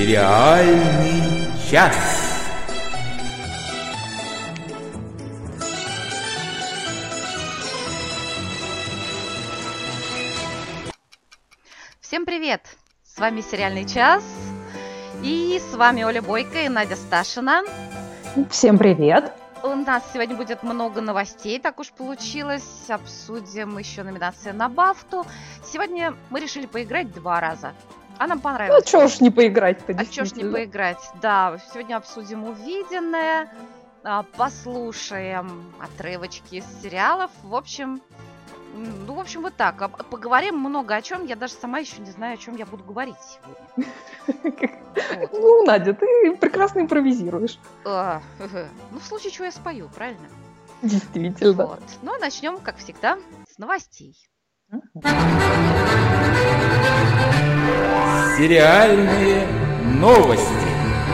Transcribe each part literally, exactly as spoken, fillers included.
Сериальный час. Всем привет! С вами Сериальный час. И с вами Оля Бойко и Надя Сташина. Всем привет! У нас сегодня будет много новостей, так уж получилось. Обсудим еще номинации на Бафту. Сегодня мы решили поиграть два раза. А нам понравилось. Ну, чё ж не поиграть-то, А чё ж не поиграть? Да, сегодня обсудим увиденное, послушаем отрывочки из сериалов. В общем, ну, в общем, вот так. Поговорим много о чем. Я даже сама еще не знаю, о чем я буду говорить сегодня. Вот. Ну, Надя, ты прекрасно импровизируешь. А, ну, в случае чего я спою, правильно? Действительно. Вот. Ну, а начнем, как всегда, с новостей. Сериальные новости.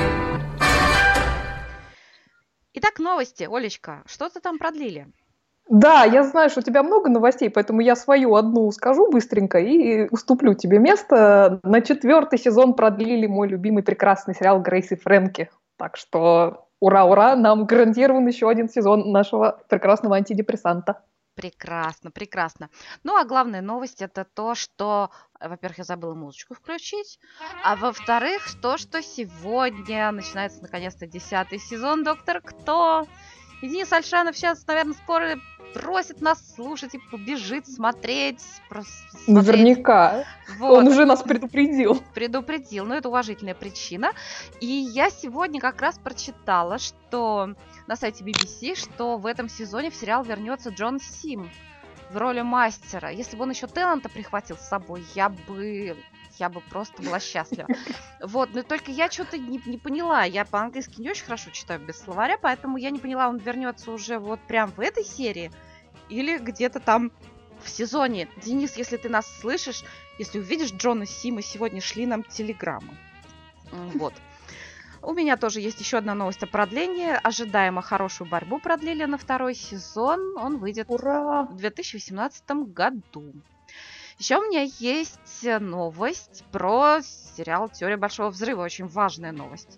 Итак, новости. Олечка, что-то там продлили? Да, я знаю, что у тебя много новостей, поэтому я свою одну скажу быстренько и уступлю тебе место. На четвертый сезон продлили мой любимый прекрасный сериал «Грейс и Фрэнки». Так что ура-ура, нам гарантирован еще один сезон нашего прекрасного антидепрессанта. Прекрасно, прекрасно. Ну, а главная новость это то, что, во-первых, я забыла музычку включить, а во-вторых, то, что сегодня начинается наконец-то десятый сезон «Доктор Кто». И Денис Альшанов сейчас, наверное, скоро просит нас слушать и побежит смотреть. смотреть. Наверняка. Вот. Он уже нас предупредил. Предупредил, но это уважительная причина. И я сегодня как раз прочитала, что на сайте би би си, что в этом сезоне в сериал вернется Джон Сим в роли мастера. Если бы он еще Теннанта прихватил с собой, я бы... Я бы просто была счастлива. Вот, но только я что-то не, не поняла. Я по-английски не очень хорошо читаю без словаря, поэтому я не поняла, он вернется уже вот прям в этой серии или где-то там в сезоне. Денис, если ты нас слышишь, если увидишь Джона Сима, сегодня шли нам телеграммы. Вот. У меня тоже есть еще одна новость о продлении. Ожидаемо хорошую борьбу продлили на второй сезон. Он выйдет Ура! В две тысячи восемнадцатом году. Еще у меня есть новость про сериал «Теория большого взрыва». Очень важная новость.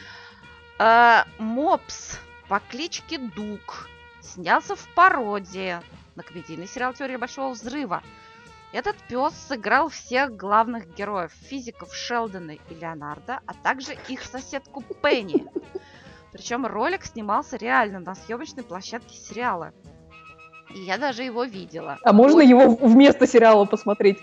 Э, Мопс по кличке Дуг снялся в пародии на комедийный сериал «Теория большого взрыва». Этот пес сыграл всех главных героев. Физиков Шелдона и Леонардо, а также их соседку Пенни. Причем ролик снимался реально на съемочной площадке сериала. И я даже его видела. А можно Ой. его вместо сериала посмотреть?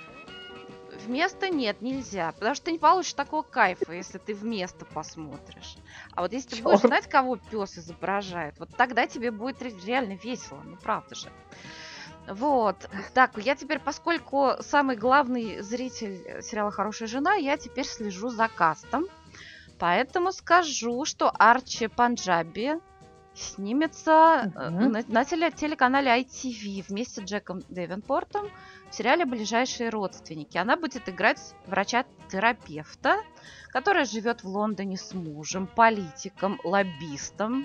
Вместо нет, нельзя. Потому что ты не получишь такого кайфа, если ты вместо посмотришь. А вот если ты Чёрт. будешь знать, кого пес изображает, вот тогда тебе будет реально весело. Ну, правда же. Вот. Так, я теперь, поскольку самый главный зритель сериала «Хорошая жена», я теперь слежу за кастом. Поэтому скажу, что Арчи Панджаби снимется uh-huh. на, на теле, телеканале ай ти ви вместе с Джеком Дэвенпортом в сериале «Ближайшие родственники». Она будет играть врача-терапевта, которая живет в Лондоне с мужем, политиком, лоббистом.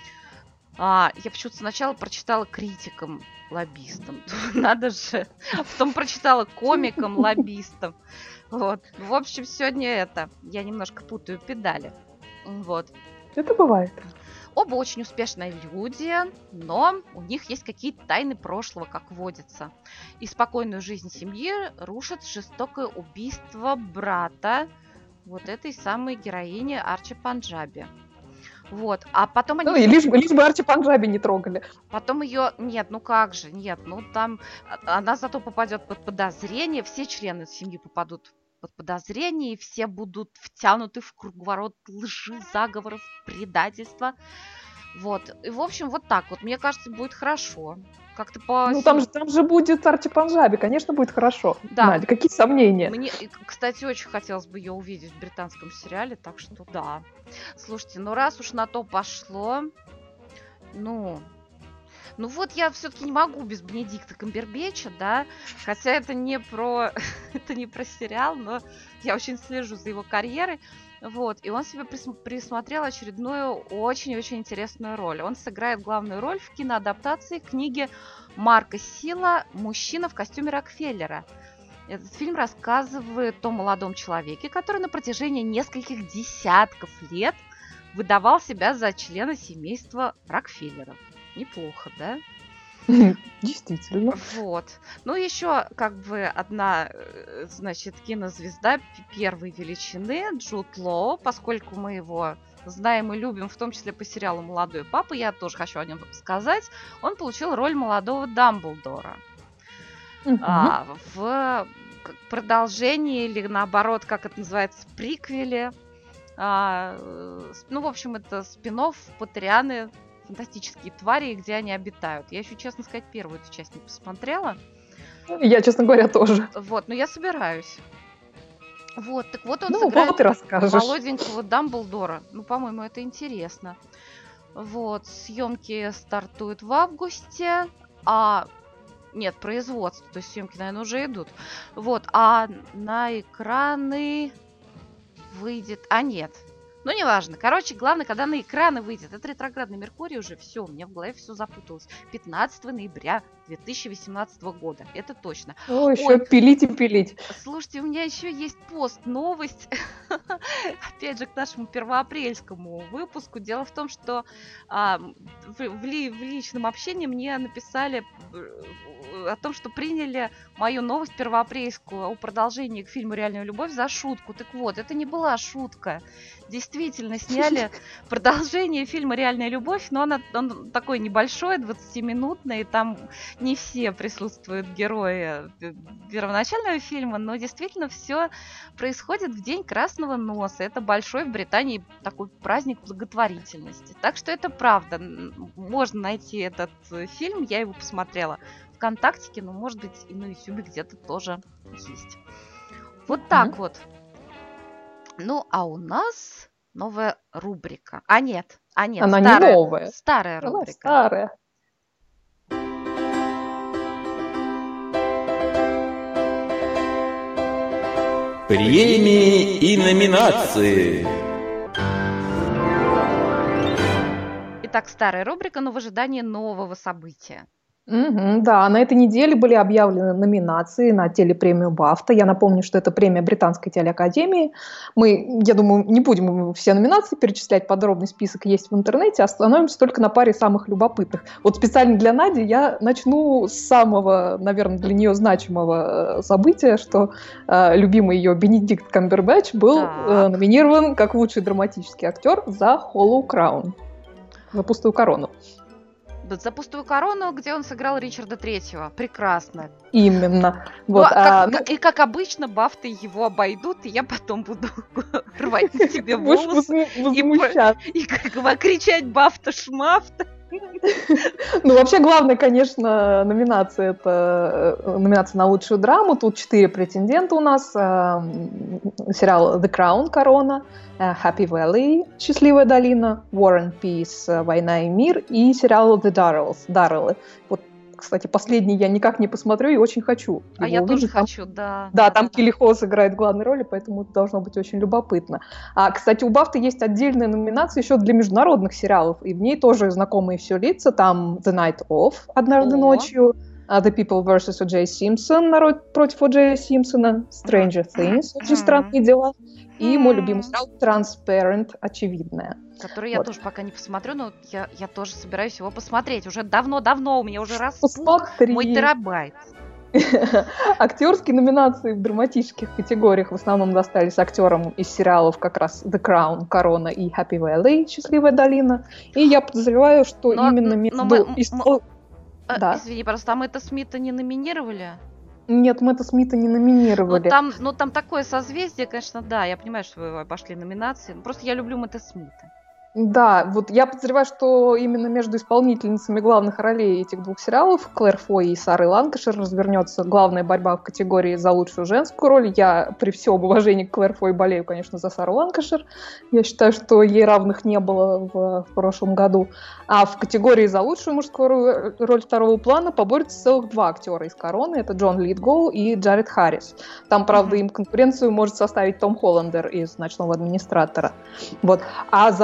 А, я почему-то сначала прочитала критиком, лоббистом. Надо же. Потом прочитала комиком, лоббистом. Вот. В общем, сегодня это. Я немножко путаю педали. Вот. Это бывает. Оба очень успешные люди, но у них есть какие-то тайны прошлого, как водится. И спокойную жизнь семьи рушит жестокое убийство брата вот этой самой героини Арчи Панджаби. Вот, а потом они... Ну, и лишь, лишь бы Арчи Панджаби не трогали. Потом ее... Нет, ну как же, нет, ну там... Она зато попадет под подозрение, все члены семьи попадут под подозрение, и все будут втянуты в круговорот лжи, заговоров, предательства. Вот. И, в общем, вот так вот. Мне кажется, будет хорошо. Как-то по... Ну, там же, там же будет Арчи Панджаби, конечно, будет хорошо. Да. Надя, какие сомнения? Мне, кстати, очень хотелось бы ее увидеть в британском сериале, так что да. Слушайте, ну раз уж на то пошло, ну... Ну вот я все-таки не могу без Бенедикта Камбербэтча, да, хотя это не про, это не про сериал, но я очень слежу за его карьерой, вот, и он себе присм- присмотрел очередную очень-очень интересную роль. Он сыграет главную роль в киноадаптации книги Марка Сила «Мужчина в костюме Рокфеллера». Этот фильм рассказывает о молодом человеке, который на протяжении нескольких десятков лет выдавал себя за члена семейства Рокфеллеров. Неплохо, да? Действительно. Вот. Ну, еще как бы одна, значит, кинозвезда первой величины, Джуд Лоу, поскольку мы его знаем и любим, в том числе по сериалу «Молодой папа», я тоже хочу о нем сказать, он получил роль молодого Дамблдора. Uh-huh. А, в продолжении или наоборот, как это называется, приквеле. А, ну, в общем, это спин-офф Поттерианы, фантастические твари, где они обитают. Я еще, честно сказать, первую эту часть не посмотрела. Я, честно говоря, тоже. Вот, но я собираюсь. Вот, так вот он ну, сыграет вот ты расскажешь. молоденького Дамблдора. Ну, по-моему, это интересно. Вот, съемки стартуют в августе, а... Нет, производство, то есть съемки, наверное, уже идут. Вот, а на экраны выйдет... А, нет. Ну, неважно. Короче, главное, когда на экраны выйдет. Это ретроградный Меркурий уже. Все, у меня в голове все запуталось. пятнадцатого ноября две тысячи восемнадцатого года. Это точно. О, еще Ой, пилить и пилить. Слушайте, у меня еще есть пост, новость. Опять же, к нашему первоапрельскому выпуску. Дело в том, что а, в, в, ли, в личном общении мне написали о том, что приняли мою новость первоапрельскую о продолжении к фильму «Реальная любовь» за шутку. Так вот, это не была шутка. Действительно, сняли продолжение фильма «Реальная любовь», но она, он такой небольшой, двадцатиминутный, и там не все присутствуют герои первоначального фильма, но действительно все происходит в День Красного Носа. Это большой в Британии такой праздник благотворительности. Так что это правда. Можно найти этот фильм, я его посмотрела ВКонтактике, но, может быть, и на Ютубе где-то тоже есть. Вот mm-hmm. так вот. Ну, а у нас новая рубрика. А нет, а нет, она старая, не новая. Старая рубрика. Она старая. Премии и номинации. Итак, старая рубрика, но в ожидании нового события. Mm-hmm, да, на этой неделе были объявлены номинации на телепремию Бафта. Я напомню, что это премия Британской телеакадемии. Мы, я думаю, не будем все номинации перечислять, подробный список есть в интернете, остановимся только на паре самых любопытных. Вот специально для Нади я начну с самого, наверное, для нее значимого события, что э, любимый ее Бенедикт Камбербэтч был э, номинирован как лучший драматический актер за Hollow Crown, за «Пустую корону». За «Пустую корону», где он сыграл Ричарда Третьего. Прекрасно. Именно. Вот, ну, а, как, ну... И как обычно, Бафты его обойдут, и я потом буду рвать на себе волосы и кричать «Бафта-шмафта». Ну, вообще, главная, конечно, номинация — это номинация на лучшую драму. Тут четыре претендента у нас. Сериал «The Crown», «Корона», «Happy Valley», «Счастливая долина», «War and Peace», «Война и мир» и сериал «The Darrells», «Дарреллы». Вот, кстати, последний я никак не посмотрю и очень хочу. А я увидеть. тоже там, хочу, да. Да, да там да, Килли Хос играет главной роли, поэтому это должно быть очень любопытно. А, кстати, у Бафты есть отдельная номинация еще для международных сериалов, и в ней тоже знакомые все лица. Там «The Night Of», «Однажды О. ночью», «The People versus О Джей Simpson», «Народ против О Джея Симпсона», «Stranger Things», «Очень странные дела», и мой любимый сериал «Transparent», «Очевидное». Который я вот. тоже пока не посмотрю, но я, я тоже собираюсь его посмотреть. Уже давно-давно у меня уже раз мой терабайт. Актерские номинации в драматических категориях в основном достались актерам из сериалов как раз «The Crown», «Корона» и «Happy Valley», «Счастливая долина». И я подозреваю, что но, именно между... Мы, из... мы... Да. Извини, просто а Мэтта Смита не номинировали? Нет, Мэтта Смита не номинировали. Ну там, ну, там такое созвездие, конечно, да. Я понимаю, что вы обошли номинации. Просто я люблю Мэтта Смита. Да, вот я подозреваю, что именно между исполнительницами главных ролей этих двух сериалов, Клэр Фой и Сарой Ланкашир, развернется главная борьба в категории за лучшую женскую роль. Я при всем уважении к Клэр Фой болею, конечно, за Сару Ланкашир. Я считаю, что ей равных не было в, в прошлом году. А в категории за лучшую мужскую роль второго плана поборются целых два актера из «Короны». Это Джон Литгоу и Джаред Харрис. Там, правда, им конкуренцию может составить Том Холландер из «Ночного администратора». Вот. А за лучшую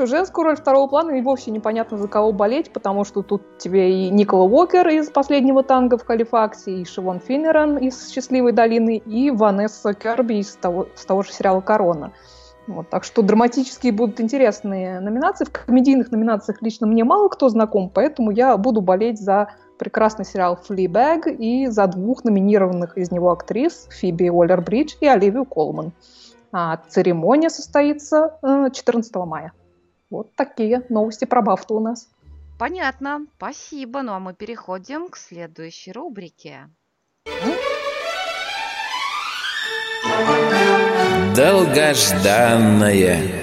женскую роль второго плана, и вовсе непонятно, за кого болеть, потому что тут тебе и Никола Уокер из «Последнего танго» в Халифаксе, и Шивон Финнеран из «Счастливой долины», и Ванесса Керби из того, из того же сериала «Корона». Вот, так что драматические будут интересные номинации. В комедийных номинациях лично мне мало кто знаком, поэтому я буду болеть за прекрасный сериал «Флибэг» и за двух номинированных из него актрис Фиби Уоллер-Бридж и Оливию Колман. А церемония состоится четырнадцатого мая. Вот такие новости про Бафту у нас. Понятно, спасибо. Ну а мы переходим к следующей рубрике. Долгожданное.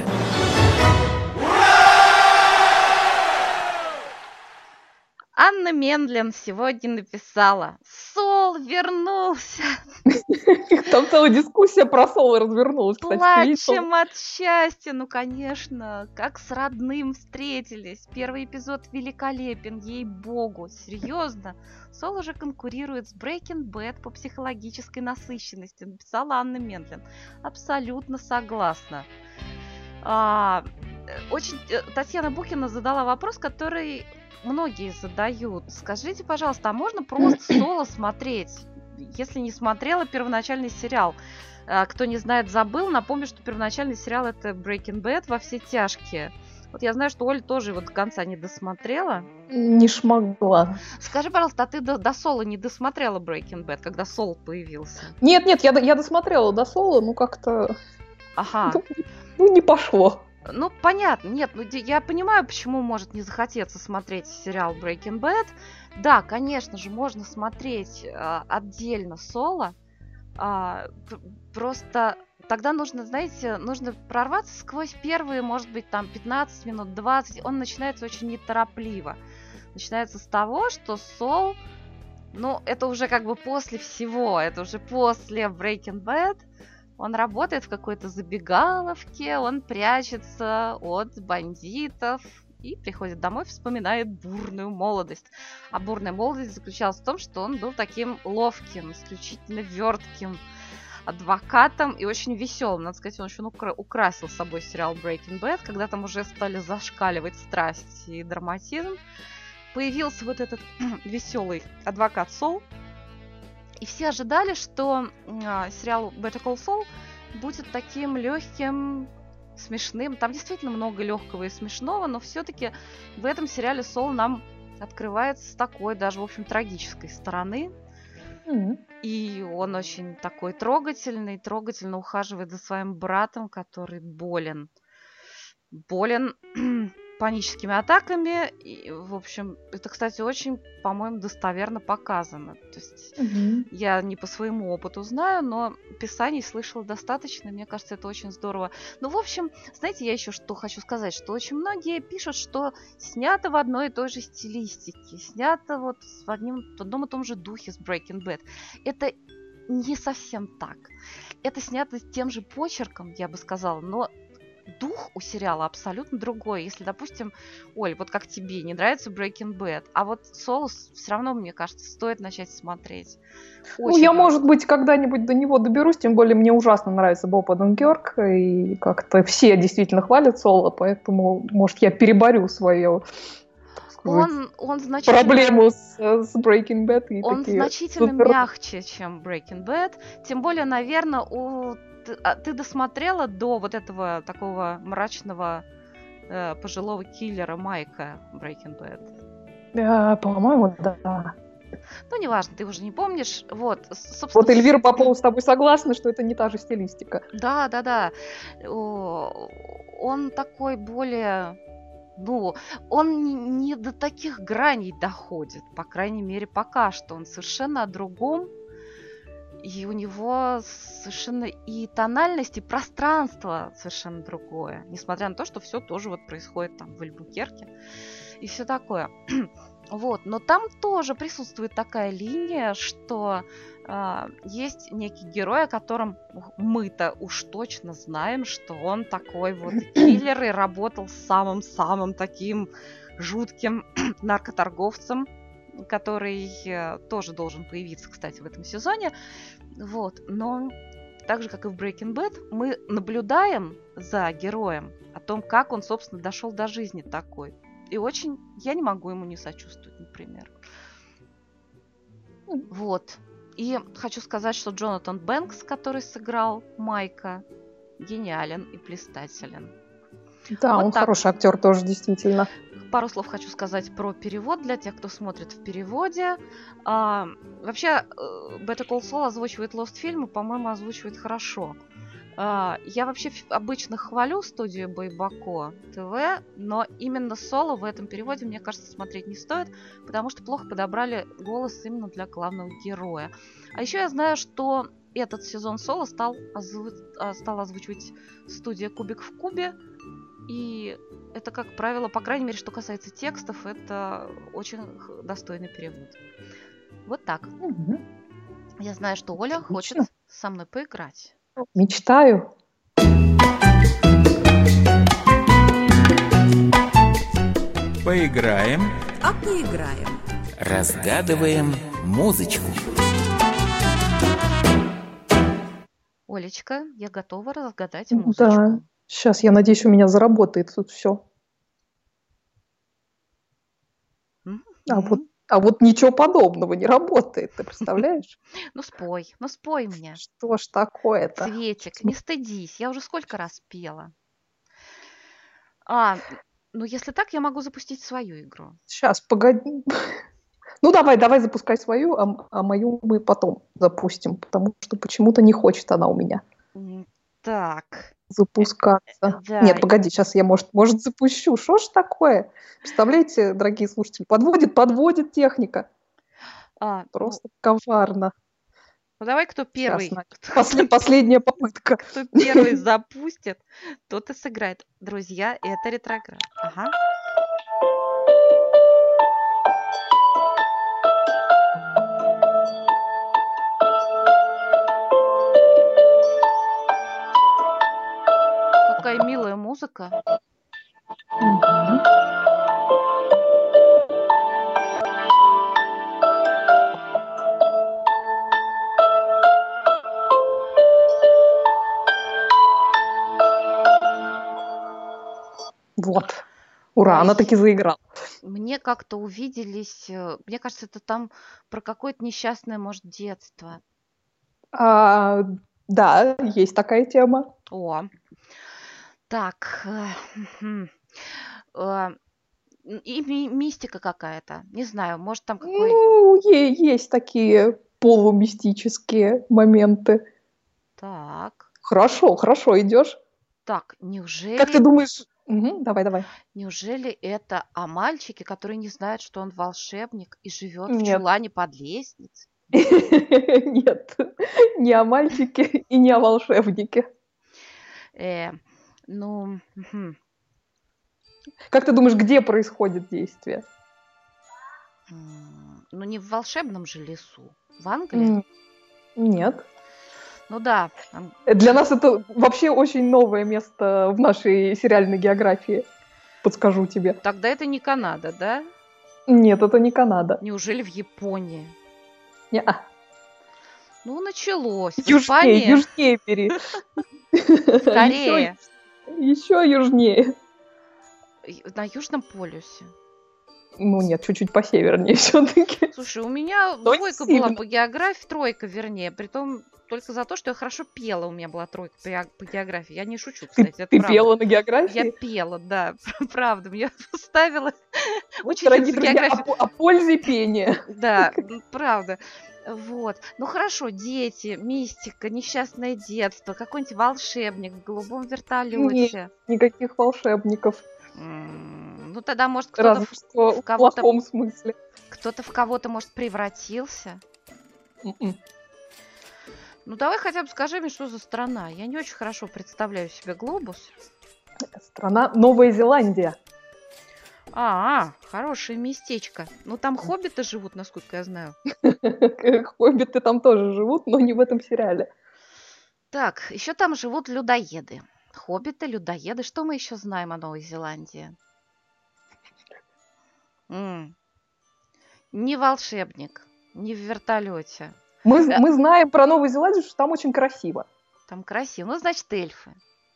Анна Мендлин сегодня написала: Сол вернулся. Там целая дискуссия про Сола развернулась, кстати. Плачем от счастья. Ну, конечно, как с родным встретились. Первый эпизод великолепен, ей-богу. Серьезно. Сол уже конкурирует с Breaking Bad по психологической насыщенности, написала Анна Мендлин. Абсолютно согласна. А, очень Татьяна Букина задала вопрос, который многие задают. Скажите, пожалуйста, а можно просто Соло смотреть, если не смотрела первоначальный сериал? Кто не знает, забыл, напомню, что первоначальный сериал — это Breaking Bad во все тяжкие. Вот я знаю, что Оля тоже его до конца не досмотрела. Не шмогла. Скажи, пожалуйста, а ты до, до Соло не досмотрела Breaking Bad, когда Сол появился? Нет, нет, я, я досмотрела до Соло, ну как-то... Ага. Ну, ну не пошло. Ну, понятно. Нет, ну я понимаю, почему может не захотеться смотреть сериал Breaking Bad. Да, конечно же, можно смотреть э, отдельно Соло. Э, просто тогда нужно, знаете, нужно прорваться сквозь первые, может быть, там пятнадцать минут, двадцать. Он начинается очень неторопливо. Начинается с того, что Сол, ну, это уже как бы после всего, это уже после Breaking Bad. Он работает в какой-то забегаловке, он прячется от бандитов и приходит домой, вспоминает бурную молодость. А бурная молодость заключалась в том, что он был таким ловким, исключительно вертким адвокатом и очень веселым. Надо сказать, он еще укра- украсил собой сериал Breaking Bad, когда там уже стали зашкаливать страсть и драматизм. Появился вот этот веселый адвокат Сол. И все ожидали, что э, сериал Better Call Saul будет таким легким, смешным. Там действительно много легкого и смешного, но все-таки в этом сериале Сол нам открывается с такой даже, в общем, трагической стороны. Mm-hmm. И он очень такой трогательный, трогательно ухаживает за своим братом, который болен. Болен паническими атаками. И, в общем, это, кстати, очень, по-моему, достоверно показано. То есть mm-hmm. я не по своему опыту знаю, но писаний слышала достаточно. Мне кажется, это очень здорово. Ну, в общем, знаете, я еще что хочу сказать, что очень многие пишут, что снято в одной и той же стилистике, снято вот в, одним, в одном и том же духе с Breaking Bad. Это не совсем так. Это снято тем же почерком, я бы сказала, но дух у сериала абсолютно другой. Если, допустим, Оль, вот как тебе не нравится Breaking Bad, а вот Соус все равно, мне кажется, стоит начать смотреть. Очень ну, я, нравится. Может быть, когда-нибудь до него доберусь, тем более мне ужасно нравится Боб Оденкерк, и как-то все действительно хвалят Соло, поэтому, может, я переборю свое... Он, он значительно... проблему с, с Breaking Bad. И он такие значительно супер... мягче, чем Breaking Bad. Тем более, наверное, у... ты, а, ты досмотрела до вот этого такого мрачного э, пожилого киллера Майка Breaking Bad? Да, по-моему, да. Ну, неважно, ты уже не помнишь. Вот, собственно... Вот Эльвира Попова с тобой согласна, что это не та же стилистика. Да, да, да. Он такой более... Ну, он не до таких граней доходит, по крайней мере, пока что. Он совершенно о другом, и у него совершенно и тональность, и пространство совершенно другое. Несмотря на то, что все тоже вот происходит там в Альбукерке и все такое. Вот, но там тоже присутствует такая линия, что э, есть некий герой, о котором мы-то уж точно знаем, что он такой вот киллер и работал с самым-самым таким жутким наркоторговцем, который э, тоже должен появиться, кстати, в этом сезоне. Вот, но так же, как и в Breaking Bad, мы наблюдаем за героем, о том, как он, собственно, дошел до жизни такой. И очень... Я не могу ему не сочувствовать, например. Вот. И хочу сказать, что Джонатан Бэнкс, который сыграл Майка, гениален и блистателен. Да, вот он так. Хороший актер тоже, действительно. Пару слов хочу сказать про перевод для тех, кто смотрит в переводе. А, вообще, Better Call Saul озвучивает Lost фильмы, по-моему, озвучивает хорошо. А, я вообще обычно хвалю студию Байбако ТВ, но именно Соло в этом переводе, мне кажется, смотреть не стоит, потому что плохо подобрали голос именно для главного героя. А еще я знаю, что этот сезон Соло стал, озву... стал озвучивать студия Кубик в Кубе. И это, как правило, по крайней мере, что касается текстов, это очень достойный перевод. Вот так. Угу. Я знаю, что Оля Отлично. хочет со мной поиграть. Мечтаю. Поиграем, А поиграем. разгадываем музычку. Олечка, я готова разгадать музычку. Да. Сейчас, я надеюсь, у меня заработает тут все. М? А М? вот, а вот ничего подобного не работает, ты представляешь? Ну спой, ну спой мне. Что ж такое-то? Цветик, не стыдись, я уже сколько раз пела. А, ну если так, я могу запустить свою игру. Сейчас, погоди. Ну, давай, давай запускай свою, а, а мою мы потом запустим, потому что почему-то не хочет она у меня М, Так, запускаться. да. Нет, погоди, сейчас я, может, может запущу. Что ж такое? Представляете, дорогие слушатели, подводит, подводит техника. А, ну, Просто коварно. ну давай, кто Сейчас, первый, значит, кто, после- последняя попытка. кто первый запустит, тот и сыграет. Друзья, это ретроград. Ага. Какая милая музыка. Мгм. Вот. Ура, Ой. она таки заиграла. Мне как-то увиделись, э, мне кажется, это там про какое-то несчастное, может, детство. А, да, есть такая тема. О, так, э, мгм. Э, и ми- мистика какая-то. Не знаю, может, там какой... Ну, е- есть такие полумистические моменты. Так, Хорошо, хорошо идешь. так, Как ты неужели, думаешь? Мгм, давай, давай. неужели это о мальчике, который не знает, что он волшебник и живет в Нет. чулане под лестницей? Нет, не о мальчике и не о волшебнике. Э, ну, мгм. Как ты думаешь, где происходит действие? М, ну не в волшебном же лесу, в Англии. М, Нет. Ну да, там Для нас это вообще очень новое место в нашей сериальной географии. Подскажу тебе. тогда это не Канада, да? Нет, это не Канада. Неужели в Японии? Не-а. Ну, началось. В Южнее, Испании, южнее бери. Корея, Еще южнее. и- на Южном полюсе. Ну нет, чуть-чуть посевернее все-таки. Слушай, у меня Но не двойка была сильно. по географии, тройка, вернее, притом только за то, что я хорошо пела, у меня была тройка по ге- по географии. Я не шучу, Ты, кстати, это ты правда. пела на Я географии? пела, да, правда. Меня ставила Вот, учительница дорогие друзья, о, географии. по- о пользе пения. Да, м, правда. Вот. Ну хорошо, дети, мистика, несчастное детство, какой-нибудь волшебник в голубом Нет, вертолете. никаких волшебников. М, Ну тогда, может, кто-то Разве в, что в в кого-то, плохом смысле. кто-то в кого-то, может, превратился. М-м. Ну давай хотя бы скажи мне, что за страна. Я не очень хорошо представляю себе глобус. Страна Новая Зеландия. А, хорошее местечко. Ну там хоббиты живут, насколько я знаю. Хоббиты там тоже живут, но не в этом сериале. Так, еще там живут людоеды. Хоббиты, людоеды. Что мы еще знаем о Новой Зеландии? М, Не волшебник, не в вертолете. Мы, Э, мы знаем про Новую Зеландию, что там очень красиво. Там красиво. Ну, значит, эльфы.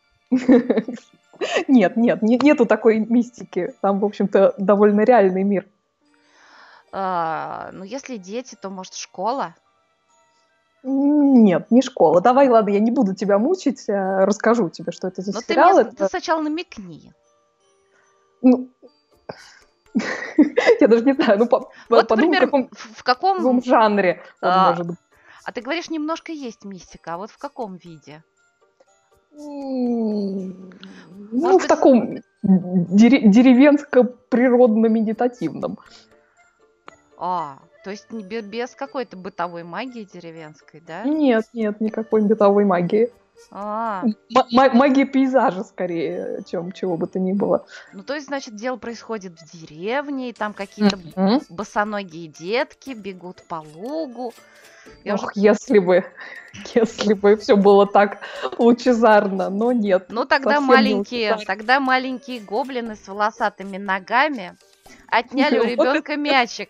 Нет, нет, не- нету такой мистики. Там, в общем-то, довольно реальный мир. А, ну, если дети, то, может, школа? Нет, не школа. Давай, ладно, я не буду тебя мучить, э, расскажу тебе, что это за Но ты сериал. мне ты Это, сначала намекни. ну, я даже не знаю, ну, по- по- Вот, подумай, в например, каком, в в в каком каком... жанре он А, может быть. а ты говоришь, немножко есть мистика, а вот в каком виде? М, Ну, Может в быть, с- таком дере- деревенско-природно-медитативном. а, то есть не бе- без какой-то бытовой магии деревенской, да? Нет, нет, никакой бытовой магии. А, М- ма- магия пейзажа, скорее, чем чего бы то ни было. ну то есть, значит, дело происходит в деревне, и там какие-то б- Мгм. босоногие детки бегут по лугу. Я уже... Ох, если бы, если бы все было так лучезарно, но нет, Ну тогда совсем не маленькие, лучезарно. тогда маленькие гоблины с волосатыми ногами отняли у Вот это- ребенка мячик.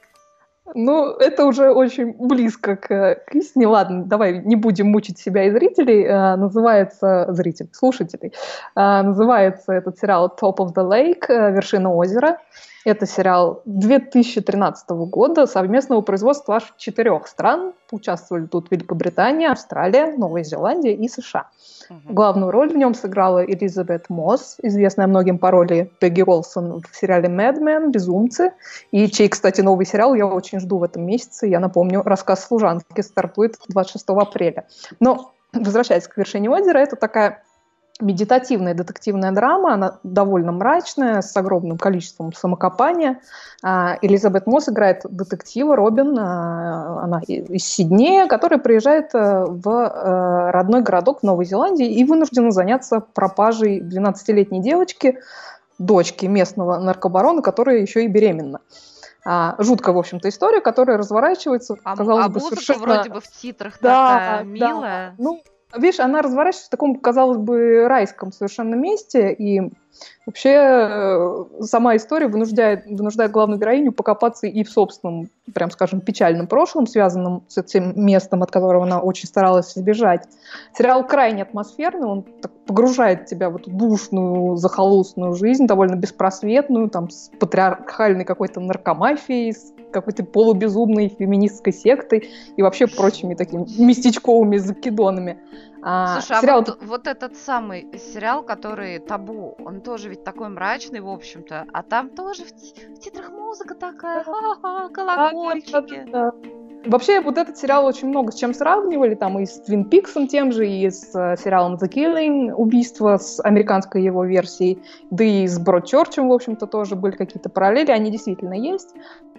Ну, это уже очень близко к, к истине. Ладно, давай не будем мучить себя и зрителей. А, называется зрителей, слушателей. А, называется этот сериал Top of the Lake, э, Вершина озера. Это сериал две тысячи тринадцатого года совместного производства аж четырех стран. Участвовали тут Великобритания, Австралия, Новая Зеландия и США. Мгм. Главную роль в нем сыграла Элизабет Мосс, известная многим по роли Пегги Олсон в сериале «Мэд Мен», «Безумцы», и чей, кстати, новый сериал я очень жду в этом месяце. Я напомню, «Рассказ служанки» стартует двадцать шестого апреля. Но, возвращаясь к «Вершине озера», это такая медитативная детективная драма, она довольно мрачная, с огромным количеством самокопания. А, Элизабет Мосс играет детектива Робин, а, она и- из Сиднея, которая приезжает э, в э, родной городок в Новой Зеландии и вынуждена заняться пропажей двенадцатилетней девочки, дочки местного наркобарона, которая еще и беременна. А, жуткая, в общем-то, история, которая разворачивается, А, м- казалось а бы, музыка совершенно... вроде бы в титрах Да, такая да. милая. Ну, видишь, она разворачивается в таком, казалось бы, райском совершенно месте, и вообще э, сама история вынуждает, вынуждает главную героиню покопаться и в собственном, прям скажем, печальном прошлом, связанном с этим местом, от которого она очень старалась избежать. Сериал крайне атмосферный, он так погружает тебя в эту душную, захолустную жизнь, довольно беспросветную, там, с патриархальной какой-то наркомафией, с какой-то полубезумной феминистской сектой и вообще прочими такими местечковыми закидонами. А, Слушай, а сериал вот, вот этот самый сериал, который «Табу», он тоже ведь такой мрачный, в общем-то, а там тоже в, ти- в титрах музыка такая, ха-ха, колокольчики. Да. Вообще, вот этот сериал очень много с чем сравнивали, там и с Твин Пиксом тем же, и с э, сериалом The Killing, убийство с американской его версией, да и с Бродчерчем, в общем-то, тоже были какие-то параллели, они действительно есть.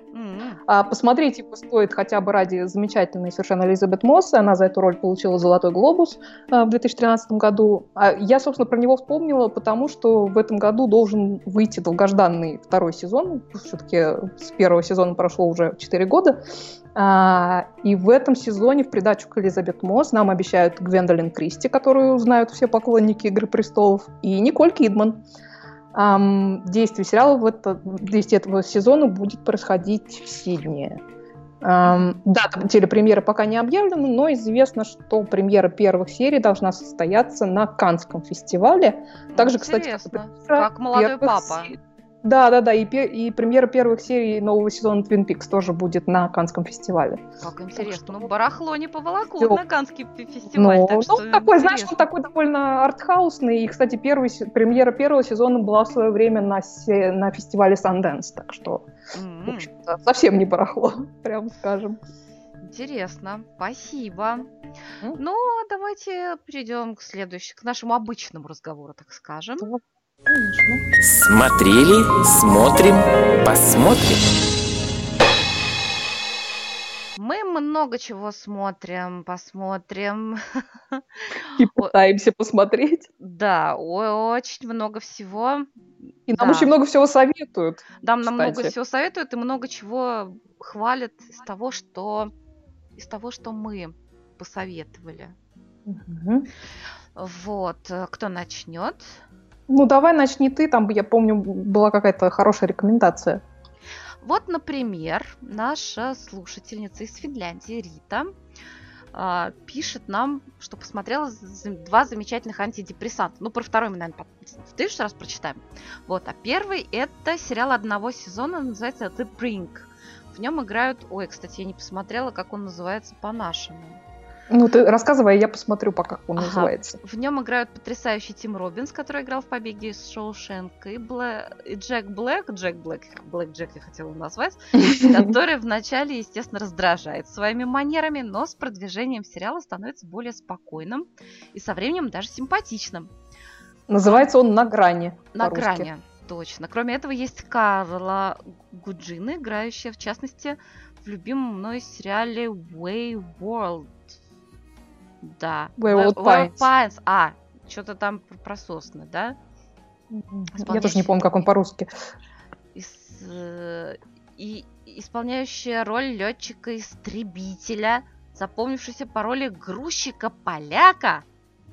М. А посмотреть его стоит хотя бы ради замечательной совершенно Элизабет Мосс. Она за эту роль получила «Золотой глобус» а, в две тысячи тринадцатом году. А я, собственно, про него вспомнила, потому что в этом году должен выйти долгожданный второй сезон. Все-таки с первого сезона прошло уже четыре года. А, и в этом сезоне в придачу к Элизабет Мосс нам обещают Гвендолин Кристи, которую знают все поклонники «Игры престолов», и Николь Кидман. Um, действие сериала в это, действие этого сезона будет происходить в Сиднее. Um, дата телепремьеры пока не объявлена, но известно, что премьера первых серий должна состояться на Каннском фестивале. Также, кстати, Интересно. премьера Как молодой первых папа. се- Да, да, да, и, пе- и премьера первых серий нового сезона Twin Peaks тоже будет на Каннском фестивале. Как Так интересно. что- Ну, барахло не поволокут Всё. на Каннский фе- фестиваль, Ну, так ну, что такой, знаешь, он интересно. такой довольно артхаусный. И, кстати, первый, се- премьера первого сезона была в свое время на, се- на фестивале Sundance, так что, в М, общем-то, совсем не барахло, прямо скажем. Интересно. Спасибо. М. Ну, а давайте перейдем к следующему, к нашему обычному разговору, так скажем. Конечно. Смотрели, смотрим, посмотрим. Мы много чего смотрим, посмотрим. И О- пытаемся посмотреть. Да, о- очень много всего. И нам Да. очень много всего советуют. Нам нам много кстати. всего советуют и много чего хвалят из того, что из того, что мы посоветовали. Мгм. Вот, э, кто начнет? Ну, давай начни ты, там, я помню, была какая-то хорошая рекомендация. Вот, например, наша слушательница из Финляндии Рита а, пишет нам, что посмотрела за- два замечательных антидепрессанта. Ну, про второй мы, наверное, в следующий раз прочитаем. Вот, а первый это сериал одного сезона, называется The Brink. В нем играют... Ой, кстати, я не посмотрела, как он называется по-нашему. Ну, ты рассказывай, я посмотрю, пока как он Ага. называется. В нем играют потрясающий Тим Роббинс, который играл в «Побеге из Шоушенка», и, Блэ... и Джек Блэк, Джек Блэк, Блэк Джек я хотела назвать, который вначале, естественно, раздражает своими манерами, но с продвижением сериала становится более спокойным и со временем даже симпатичным. Называется он «На грани». На по-русски. грани, точно. Кроме этого, есть Карла Гуджина, играющая, в частности, в любимом мной сериале Wayward. Да. Wayward Wayward Pines. Pines. А, что-то там про, про сосны, да? Я тоже не помню, как он по-русски. Ис- э, и исполняющая роль летчика-истребителя, запомнившийся по роли грузчика-поляка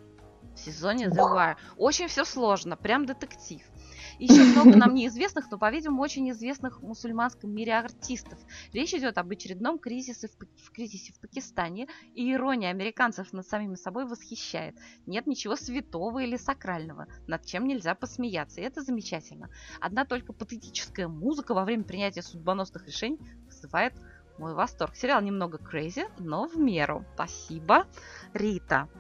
в сезоне The Wire. Очень все сложно, прям детектив. Еще много нам неизвестных, но, по-видимому, очень известных в мусульманском мире артистов. Речь идет об очередном кризисе в, Пак- в кризисе в Пакистане, и ирония американцев над самими собой восхищает. Нет ничего святого или сакрального, над чем нельзя посмеяться, и это замечательно. Одна только патетическая музыка во время принятия судьбоносных решений вызывает мой восторг. Сериал немного crazy, но в меру. Спасибо, Рита.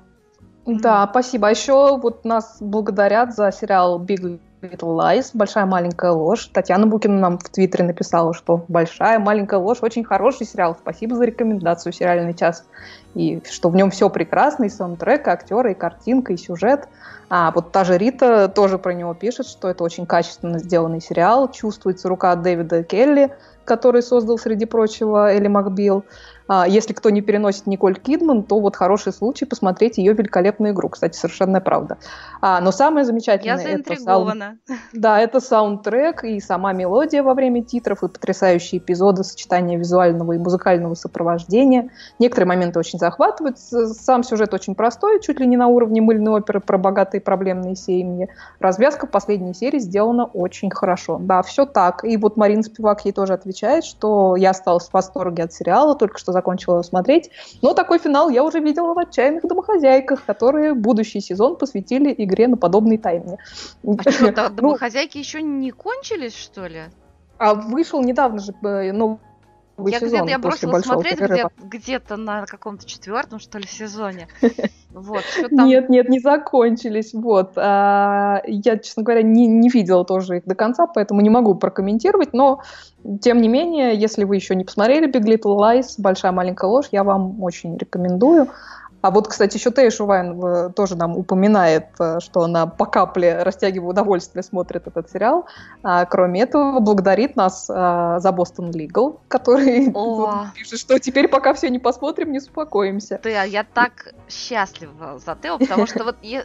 Да, спасибо. А еще вот нас благодарят за сериал Big Little Lies, «Большая маленькая ложь». Татьяна Букина нам в Твиттере написала, что «Большая маленькая ложь» очень хороший сериал. Спасибо за рекомендацию «Сериальный час». И что в нем все прекрасно, и саундтрек, и актеры, и картинка, и сюжет. А вот та же Рита тоже про него пишет, что это очень качественно сделанный сериал. Чувствуется рука Дэвида Келли, который создал, среди прочего, Элли Макбил. А, если кто не переносит Николь Кидман, то вот хороший случай посмотреть ее великолепную игру. Кстати, совершенно правда. А, но самое замечательное... Я это заинтригована. саунд... Да, это саундтрек и сама мелодия во время титров, и потрясающие эпизоды сочетания визуального и музыкального сопровождения. Некоторые моменты очень захватывают. Сам сюжет очень простой, чуть ли не на уровне мыльной оперы про богатые проблемные семьи. Развязка в последней серии сделана очень хорошо. Да, все так. И вот Марина Спивак ей тоже отвечает, что я осталась в восторге от сериала, только что закончила его смотреть. Но такой финал я уже видела в «Отчаянных домохозяйках», которые будущий сезон посвятили игре на подобный таймне. А что, да, домохозяйки еще не кончились, что ли? А вышел недавно же э, новый Я сезон где-то я после бросила большого смотреть перерыва. где- где-то на каком-то четвертом, что ли, сезоне. Вот, что там... Нет, нет, не закончились. Вот. А, я, честно говоря, не, не видела тоже их до конца, поэтому не могу прокомментировать. Но, тем не менее, если вы еще не посмотрели Big Little Lies, «Большая маленькая ложь», я вам очень рекомендую. А вот, кстати, еще Тея Шувайн тоже нам упоминает, что она по капле, растягивая удовольствие, смотрит этот сериал. А, кроме этого, благодарит нас а, за Boston Legal, который вот пишет, что теперь, пока все не посмотрим, не успокоимся. Да, я так счастлива за Тео, потому что вот я,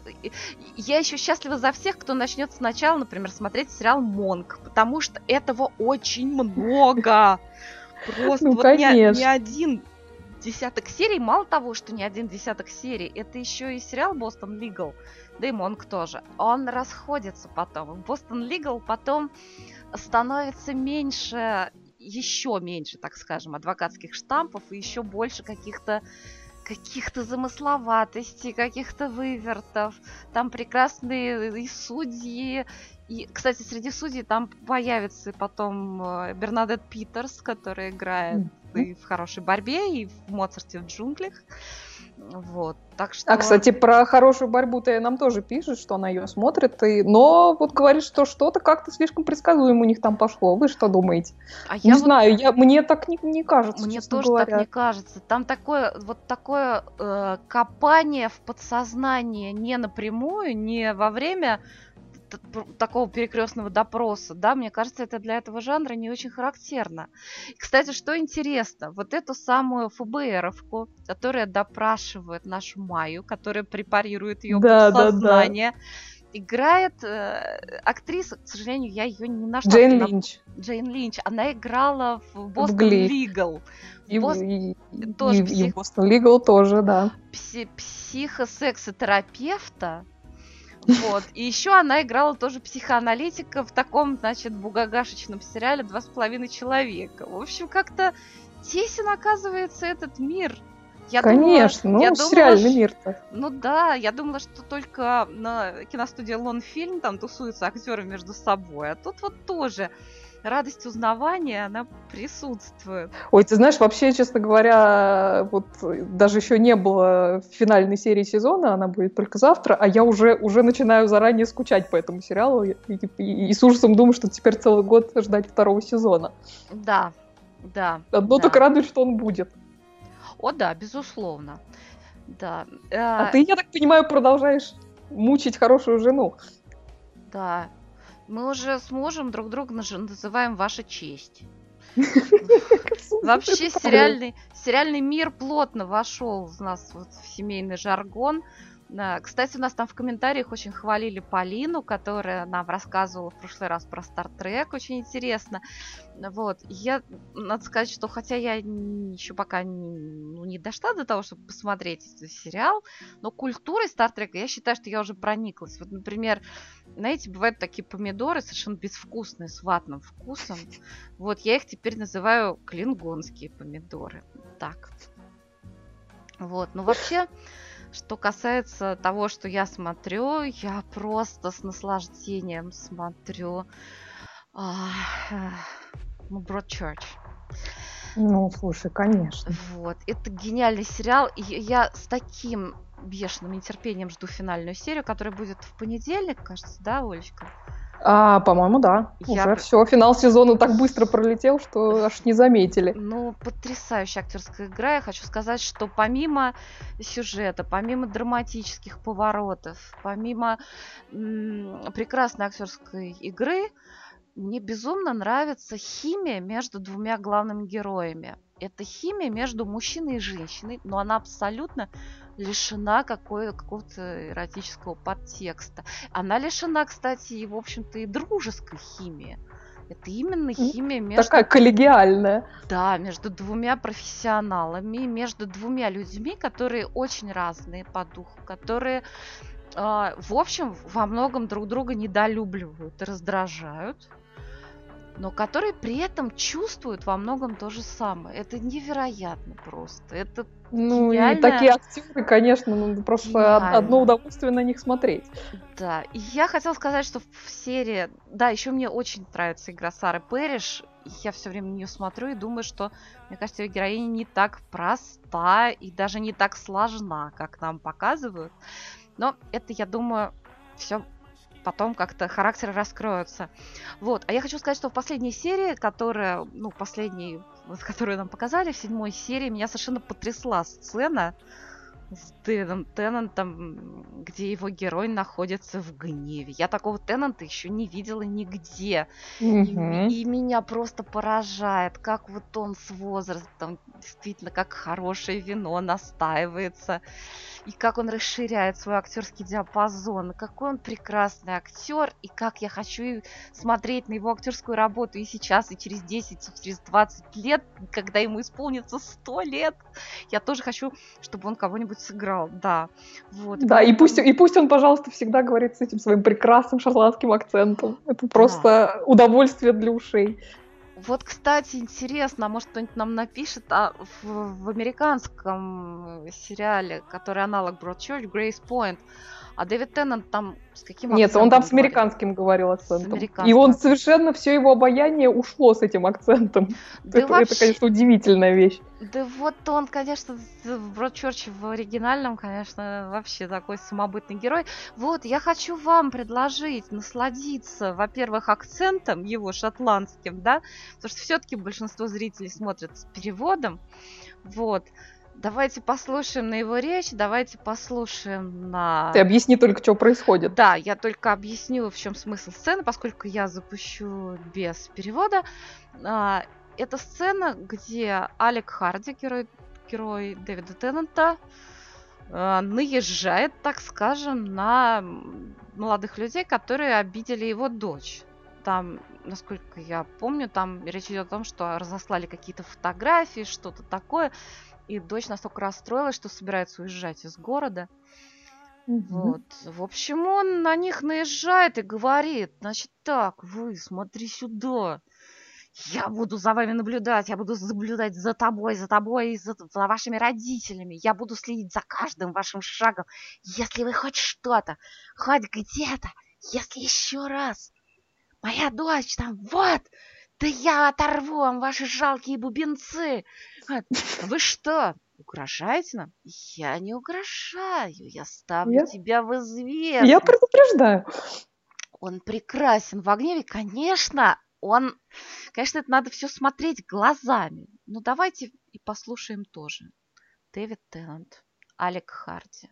я еще счастлива за всех, кто начнет сначала, например, смотреть сериал «Монк», потому что этого очень много. Просто ну, вот ни, ни один десяток серий, мало того, что не один десяток серий, это еще и сериал «Бостон Лигал», да и «Монк» тоже. Он расходится потом. «Бостон Лигал» потом становится меньше, еще меньше, так скажем, адвокатских штампов и еще больше каких-то каких-то замысловатостей, каких-то вывертов. Там прекрасные и судьи. И, кстати, среди судей там появится потом Бернадет Питерс, которая играет mm-hmm. и в «Хорошей борьбе», и в «Моцарте в джунглях». Вот, так что... А, кстати, про «Хорошую борьбу»-то нам тоже пишет, что она ее смотрит, и... но вот говорит, что что-то как-то слишком предсказуемо у них там пошло. Вы что думаете? А не я знаю, вот... я... мне так не, не кажется, Мне честно тоже говоря. так не кажется. Там такое, вот такое э, копание в подсознание не напрямую, не во время такого перекрестного допроса, да, мне кажется, это для этого жанра не очень характерно. И, кстати, что интересно, вот эту самую эф бэ эровку, которая допрашивает нашу Майю, которая препарирует ее да, подсознание, да, да. играет э, актриса, к сожалению, я ее не нашла. Джейн она... Линч. Джейн Линч. Она играла в «Бостон Лигал». И, Бос... и, тоже и, псих... и в «Бостон Лигал» тоже, да. Пси- психосексотерапевта. Вот. И еще она играла тоже психоаналитика в таком, значит, бугагашечном сериале «Два с половиной человека». В общем, как-то тесен, оказывается, этот мир Я Конечно, думала, я ну, думала, сериальный ш- мир-то. ну да, я думала, что только на киностудии Лонфильм там тусуются актеры между собой, а тут вот тоже радость узнавания, она присутствует. Ой, ты знаешь, вообще, честно говоря, вот э, даже еще не было финальной серии сезона, она будет только завтра, а я уже, уже начинаю заранее скучать по этому сериалу и, и- и с ужасом думаю, что теперь целый год ждать второго сезона. Да, да, Одно да. только радует, что он будет. О, да, безусловно. Да, А э, ты, я так понимаю, продолжаешь мучить хорошую жену. да. Мы уже с мужем друг друга наж- называем «Ваша честь». Вообще Это правильно. сериальный, сериальный мир плотно вошел у нас вот в семейный жаргон. Да, кстати, у нас там в комментариях очень хвалили Полину, которая нам рассказывала в прошлый раз про Стартрек, очень интересно. Вот, и я, надо сказать, что хотя я еще пока не, ну, не дошла до того, чтобы посмотреть этот сериал, но культурой Стартрека я считаю, что я уже прониклась. Вот, например, знаете, бывают такие помидоры совершенно безвкусные, с ватным вкусом. Вот, я их теперь называю клингонские помидоры. Так. Вот, ну вообще, что касается того, что я смотрю, я просто с наслаждением смотрю а, э, ну, Broadchurch. Ну, слушай, конечно. Вот, это гениальный сериал, и я с таким бешеным нетерпением жду финальную серию, которая будет в понедельник, кажется, да, Олечка? А, по-моему, да. Я Уже пр- все. Финал сезона так быстро пролетел, что аж не заметили. Ну, потрясающая актерская игра. Я хочу сказать, что помимо сюжета, помимо драматических поворотов, помимо м, прекрасной актерской игры, мне безумно нравится химия между двумя главными героями. Это химия между мужчиной и женщиной, но она абсолютно лишена какой, какого-то эротического подтекста. Она лишена, кстати, и, в общем-то, и дружеской химии. Это именно М, химия между, Такая коллегиальная. да, между двумя профессионалами, между двумя людьми, которые очень разные по духу, которые, а, в общем, во многом друг друга недолюбливают и раздражают, но которые при этом чувствуют во многом то же самое. Это невероятно просто. Это Ну и такие гениально. актеры, конечно, ну, просто од- одно Гениально. удовольствие на них смотреть. Да, и я хотела сказать, что в серии... Да, еще мне очень нравится игра Сары Пэриш. Я все время на нее смотрю и думаю, что, мне кажется, ее героиня не так проста и даже не так сложна, как нам показывают. Но это, я думаю, все потом как-то характеры раскроются. Вот. А я хочу сказать, что в последней серии, которая, ну, последней, вот, которую нам показали, в седьмой серии, меня совершенно потрясла сцена с Дэном Теннантом, где его герой находится в гневе. Я такого Теннанта еще не видела нигде. И, Мгм. и меня просто поражает, как вот он с возрастом, действительно, как хорошее вино настаивается, и как он расширяет свой актерский диапазон, и какой он прекрасный актер, и как я хочу смотреть на его актерскую работу и сейчас, и через десять, и через двадцать лет, когда ему исполнится сто лет. Я тоже хочу, чтобы он кого-нибудь сыграл, да. Вот, Да, и пусть, поэтому- и пусть он, пожалуйста, всегда говорит с этим своим прекрасным шотландским акцентом. Это Да. просто удовольствие для ушей. Вот, кстати, интересно, а может кто-нибудь нам напишет, а в, в американском сериале, который аналог Broadchurch, Grace Point, а Дэвид Теннант там с каким Нет, он акцентом там с говорит? американским говорил акцентом. американским И он акцентом. совершенно, все его обаяние ушло с этим акцентом. Да это, вообще- это, конечно, удивительная вещь. Да вот он, конечно, в Broadchurch в оригинальном, конечно, вообще такой самобытный герой. Вот, я хочу вам предложить насладиться, во-первых, акцентом его шотландским, да, потому что все-таки большинство зрителей смотрят с переводом. Вот. Давайте послушаем на его речь, давайте послушаем на... Ты объясни только, что происходит. Да, я только объясню, в чем смысл сцены, поскольку я запущу без перевода. А, Это сцена, где Алек Харди, герой, герой Дэвида Теннанта, а, наезжает, так скажем, на молодых людей, которые обидели его дочь. Там, насколько я помню, там речь идет о том, что разослали какие-то фотографии, что-то такое, и дочь настолько расстроилась, что собирается уезжать из города. Мгм. Вот. В общем, он на них наезжает и говорит, значит так, вы, смотри сюда. Я буду за вами наблюдать, я буду наблюдать за тобой, за тобой, за, за вашими родителями. Я буду следить за каждым вашим шагом. Если вы хоть что-то, хоть где-то, если еще раз моя дочь там, вот, да я оторву вам ваши жалкие бубенцы. Вот. Вы что, угрожаете нам? Я не угрожаю, я ставлю Я, тебя в известность. я предупреждаю. Он прекрасен в гневе, конечно, он, конечно, это надо все смотреть глазами. Ну, давайте и послушаем тоже. Дэвид Теннант, Алек Харди.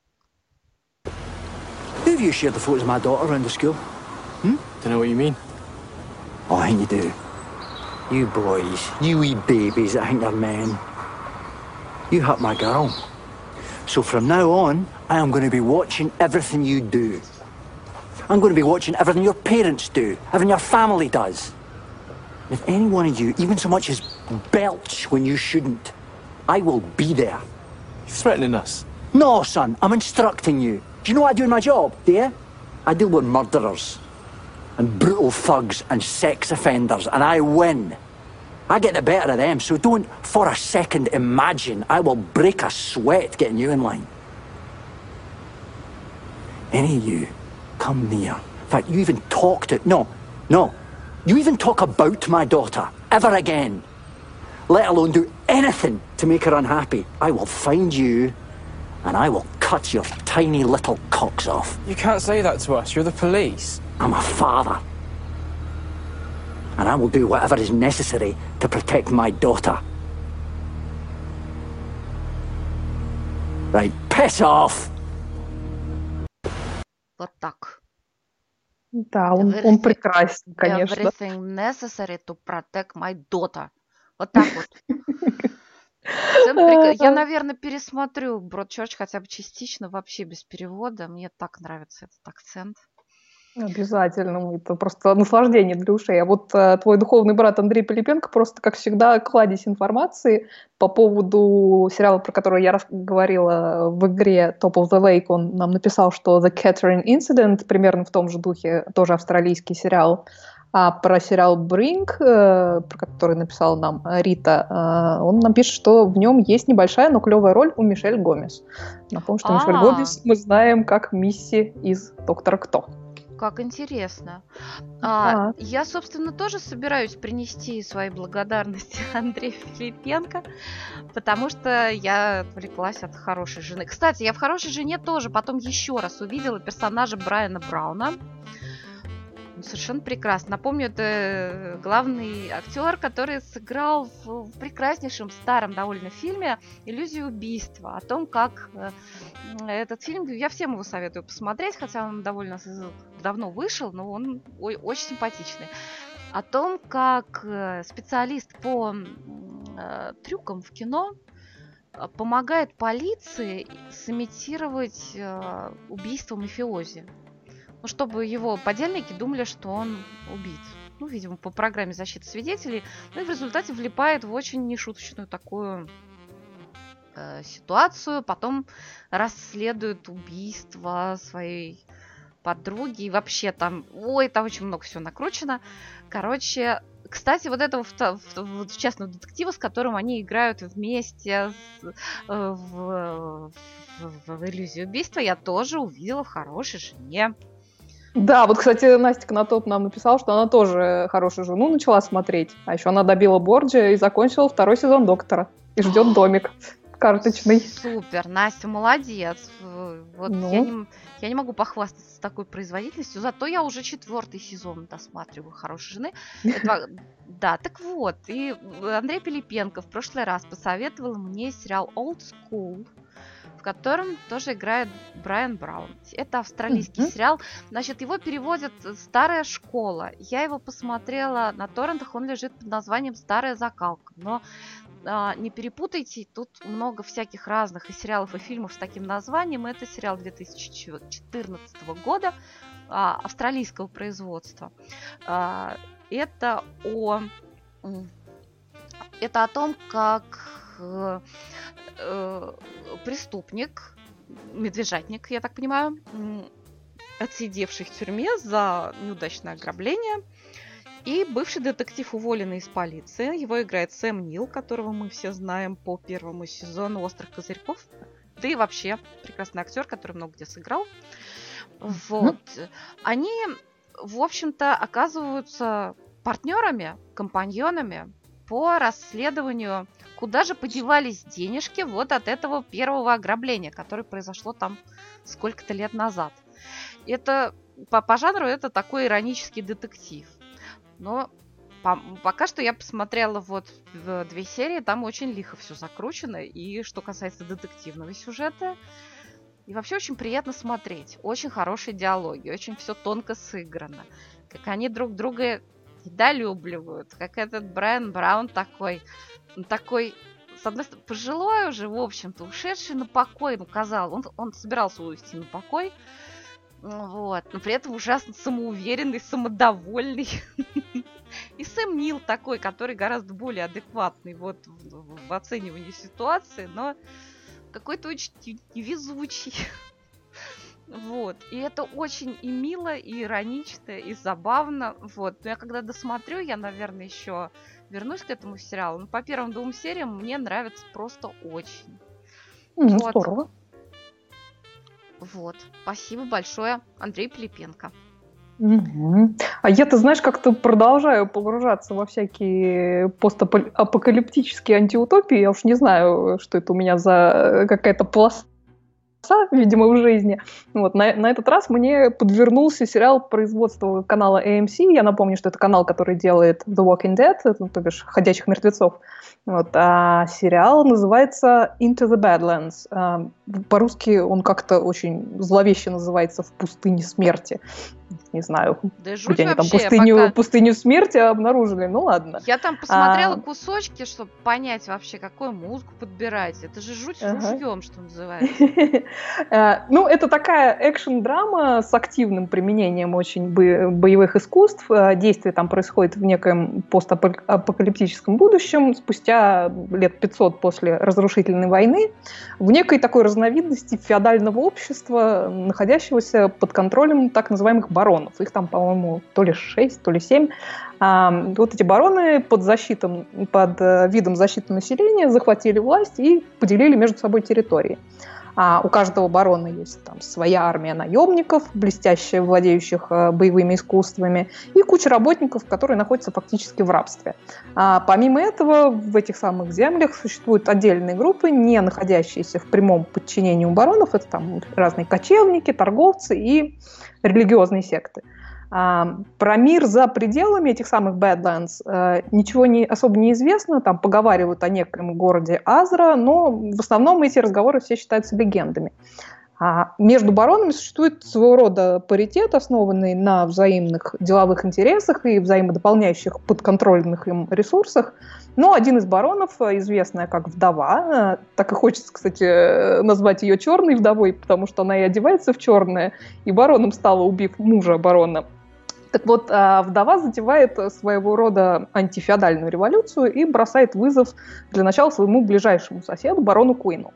Who of you shared the photos of my daughter around the school? Hmm? Don't know what you mean. Oh, I think you do. You boys, you wee babies that think they're men. You hurt my girl. So from now on, I am going to be watching everything you do. I'm going to be watching everything your parents do, everything your family does. And if any one of you even so much as belch when you shouldn't, I will be there. You're threatening us. No, son, I'm instructing you. Do you know what I do in my job, do you? I deal with murderers and brutal thugs and sex offenders, and I win. I get the better of them, so don't for a second imagine I will break a sweat getting you in line. Any of you come near. In fact, you even talk to... No, no. You even talk about my daughter ever again, let alone do anything to make her unhappy. I will find you and I will cut your tiny little cocks off. You can't say that to us. You're the police. I'm a father. And I will do whatever is necessary to protect my daughter. Right, piss off! Вот так. Да, он, он Everything- прекрасен, конечно. Everything necessary to protect my daughter. Вот так вот. Всем прик- Я, наверное, пересмотрю Бродчерч хотя бы частично, вообще без перевода. Мне так нравится этот акцент. Обязательно. Это просто наслаждение для ушей. А вот э, твой духовный брат Андрей Пилипенко просто, как всегда, кладезь информации по поводу сериала, про который я рас- говорила в игре Top of the Lake. Он нам написал, что The Catherine Incident, примерно в том же духе, тоже австралийский сериал. А про сериал Brink, э, про который написала нам Рита, э, он нам пишет, что в нем есть небольшая, но клевая роль у Мишель Гомес. Напомню, что Мишель А. Гомес мы знаем как Мисси из «Доктора Кто». Как интересно. А, Да. я, собственно, тоже собираюсь принести свои благодарности Андрею Филипенко, потому что я отвлеклась от «Хорошей жены». Кстати, я в «Хорошей жене» тоже потом еще раз увидела персонажа Брайана Брауна. Он совершенно прекрасно. Напомню, это главный актер, который сыграл в, в прекраснейшем старом довольно фильме «Иллюзия убийства». О том, как э, этот фильм, я всем его советую посмотреть, хотя он довольно с- давно вышел, но он ой- очень симпатичный. О том, как э, специалист по м, э, трюкам в кино э, помогает полиции сымитировать э, убийство мафиози. Ну, чтобы его подельники думали, что он убит. Ну, видимо, по программе защиты свидетелей. Ну, и в результате влипает в очень нешуточную такую э, ситуацию. Потом расследует убийство своей подруги. И вообще там... Ой, там очень много всего накручено. Короче... Кстати, вот этого, в, в, в частного детектива, с которым они играют вместе с, э, в, в, в «Иллюзию убийства», я тоже увидела в «Хорошей жене». Да, вот, кстати, Настя Конотоп нам написала, что она тоже «Хорошую жену» начала смотреть. А еще она добила Борджа и закончила второй сезон «Доктора». И ждет домик карточный. Супер, Настя, молодец. Вот Ну. я, не, я не могу похвастаться такой производительностью, зато я уже четвертый сезон досматриваю «Хорошей жены». Это- да, так вот. И Андрей Пилипенко в прошлый раз посоветовал мне сериал Old School, в котором тоже играет Брайан Браун. Это австралийский Мгм. сериал. Значит, его переводят «Старая школа». Я его посмотрела на торрентах, он лежит под названием «Старая закалка». Но а, не перепутайте, тут много всяких разных и сериалов, и фильмов с таким названием. Это сериал две тысячи четырнадцатого года, а, австралийского производства. А, это о... м, Это о том, как э, э, преступник, медвежатник, я так понимаю, м, отсидевший в тюрьме за неудачное ограбление, И бывший детектив, уволенный из полиции. Его играет Сэм Нил, которого мы все знаем по первому сезону «Острых козырьков». Да и вообще прекрасный актер, который много где сыграл. Вот. Mm-hmm. Они, в общем-то, оказываются партнерами, компаньонами по расследованию, куда же подевались денежки вот от этого первого ограбления, которое произошло там сколько-то лет назад. Это по, по жанру это такой иронический детектив. Но по, пока что я посмотрела вот в две серии, там очень лихо все закручено. И что касается детективного сюжета, и вообще очень приятно смотреть. Очень хорошие диалоги, очень все тонко сыграно. Как они друг друга недолюбливают. Как этот Брайан Браун такой, такой, с одной стороны, пожилой уже, в общем-то, ушедший на покой, ну, казалось, он, он собирался уйти на покой. Вот, но при этом ужасно самоуверенный, самодовольный. И Сэм Нил такой, который гораздо более адекватный вот в, в оценивании ситуации, но какой-то очень невезучий. Вот. И это очень и мило, и иронично, и забавно. Вот. Но я когда досмотрю, я, наверное, еще вернусь к этому сериалу. Но по первым двум сериям мне нравится просто очень. Mm, вот. Здорово. Вот. Спасибо большое, Андрей Пилипенко. Угу. А я-то, знаешь, как-то продолжаю погружаться во всякие постапокалиптические антиутопии. Я уж не знаю, что это у меня за какая-то полоса, видимо, в жизни. Вот. На, на этот раз мне подвернулся сериал производства канала эй эм си. Я напомню, что это канал, который делает The Walking Dead, ну, то бишь «Ходячих мертвецов». Вот. А сериал называется Into the Badlands. А, по-русски он как-то очень зловеще называется «В пустыне смерти». Не знаю, да где они там вообще, пустыню, пока... пустыню смерти обнаружили. Ну ладно. Я там посмотрела а... кусочки, чтобы понять вообще, какую музыку подбирать. Это же жуть ага. ружьем, что называется. Ну, это такая экшн-драма с активным применением очень боевых искусств. Действие там происходит в некоем постапокалиптическом будущем, спустя лет пятьсот после разрушительной войны, в некой такой разновидности феодального общества, находящегося под контролем так называемых баронов. Их там, по-моему, то ли шесть, то ли семь. А, вот эти бароны под, защитом, под видом защиты населения захватили власть и поделили между собой территории. А у каждого барона есть там своя армия наемников, блестяще владеющих э, боевыми искусствами, и куча работников, которые находятся фактически в рабстве. А помимо этого, в этих самых землях существуют отдельные группы, не находящиеся в прямом подчинении у баронов. Это там разные кочевники, торговцы и религиозные секты. А, про мир за пределами этих самых Badlands а, ничего не, особо не известно. Там поговаривают о неком городе Азра, но в основном эти разговоры все считаются легендами. А между баронами существует своего рода паритет, основанный на взаимных деловых интересах и взаимодополняющих подконтрольных им ресурсах. Но один из баронов, известная как вдова, так и хочется, кстати, назвать ее черной вдовой, потому что она и одевается в черное, и бароном стала, убив мужа барона. Так вот, вдова затевает своего рода антифеодальную революцию и бросает вызов для начала своему ближайшему соседу, барону Куину.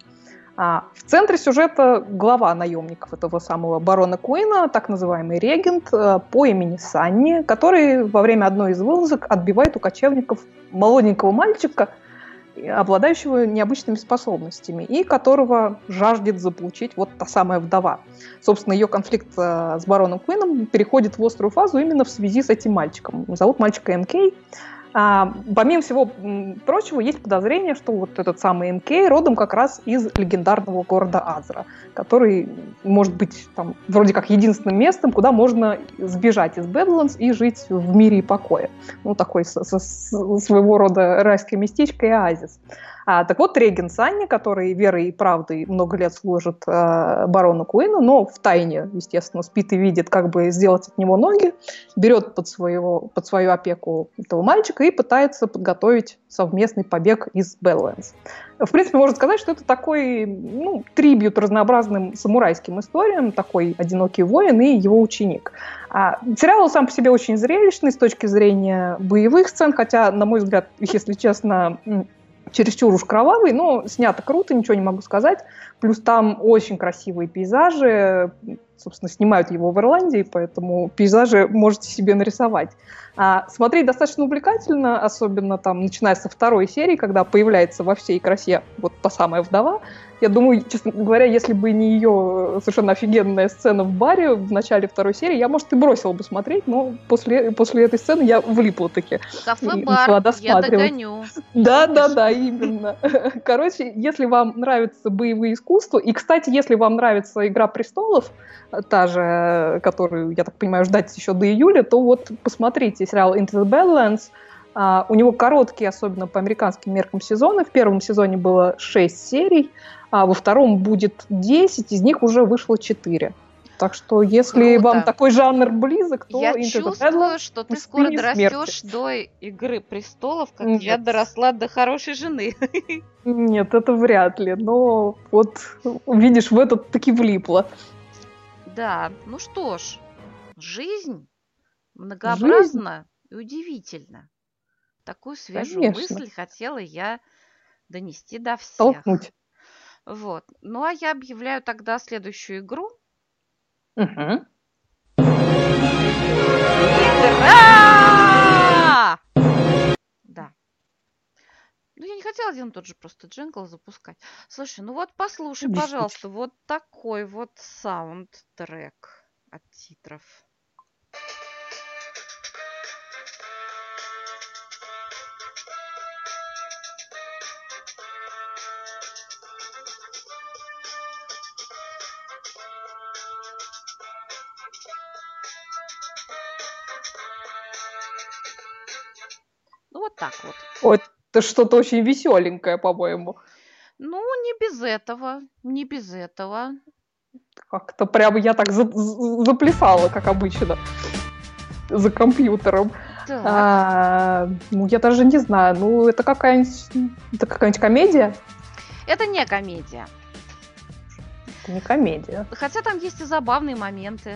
В центре сюжета глава наемников этого самого барона Куина, так называемый регент по имени Санни, который во время одной из вылазок отбивает у кочевников молоденького мальчика, обладающего необычными способностями, и которого жаждет заполучить вот та самая вдова. Собственно, ее конфликт с бароном Куином переходит в острую фазу именно в связи с этим мальчиком. Зовут мальчика эм кей. А, помимо всего прочего, есть подозрение, что вот этот самый эм кей родом как раз из легендарного города Азра, который может быть там вроде как единственным местом, куда можно сбежать из Badlands и жить в мире и покое. Ну, такой со- со- своего рода райское местечко и оазис. А, так вот, регент Санни, который верой и правдой много лет служит э, барону Куину, но втайне, естественно, спит и видит, как бы сделать от него ноги, берет под, своего, под свою опеку этого мальчика и пытается подготовить совместный побег из Badlands. В принципе, можно сказать, что это такой ну, трибьют разнообразным самурайским историям, такой одинокий воин и его ученик. А, сериал сам по себе очень зрелищный с точки зрения боевых сцен, хотя, на мой взгляд, если честно, чересчур уж кровавый, но снято круто, ничего не могу сказать. Плюс там очень красивые пейзажи, собственно, снимают его в Ирландии, поэтому пейзажи можете себе нарисовать. А смотреть достаточно увлекательно, особенно там, начиная со второй серии, когда появляется во всей красе вот та самая вдова. Я думаю, честно говоря, если бы не ее совершенно офигенная сцена в баре в начале второй серии, я, может, и бросила бы смотреть, но после, после этой сцены я влипла таки. Кафе-бар, я догоню. Да, да, да, именно. Короче, если вам нравятся боевые искусства, и, кстати, если вам нравится «Игра престолов», та же, которую, я так понимаю, ждать еще до июля, то вот посмотрите сериал Into the Badlands. Uh, у него короткие, особенно по американским меркам, сезоны. В первом сезоне было шесть серий, а во втором будет десять, из них уже вышло четыре. Так что, если Круто. Вам такой жанр близок, то я Into чувствую, the Badlands, что ты скоро дорастешь до «Игры престолов», как Нет. я доросла до «Хорошей жены». Нет, это вряд ли. Но вот, видишь, в этот таки влипло. Да, ну что ж, жизнь многообразна и удивительна. Такую свежую Конечно. мысль хотела я донести до всех. Толкнуть. Вот. Ну, а я объявляю тогда следующую игру. Угу. Игра! Да. Ну, я не хотела один и тот же просто джингл запускать. Слушай, ну вот послушай, пожалуйста, вот такой вот саундтрек от титров. Ну, вот так вот. Ой, это что-то очень веселенькое, по-моему. Ну, не без этого, не без этого. Как-то прямо я так за- за- заплясала, как обычно, за компьютером. Так. А, ну, я даже не знаю. Ну, это какая-нибудь, это какая-нибудь комедия? Это не комедия. Это не комедия. Хотя там есть и забавные моменты.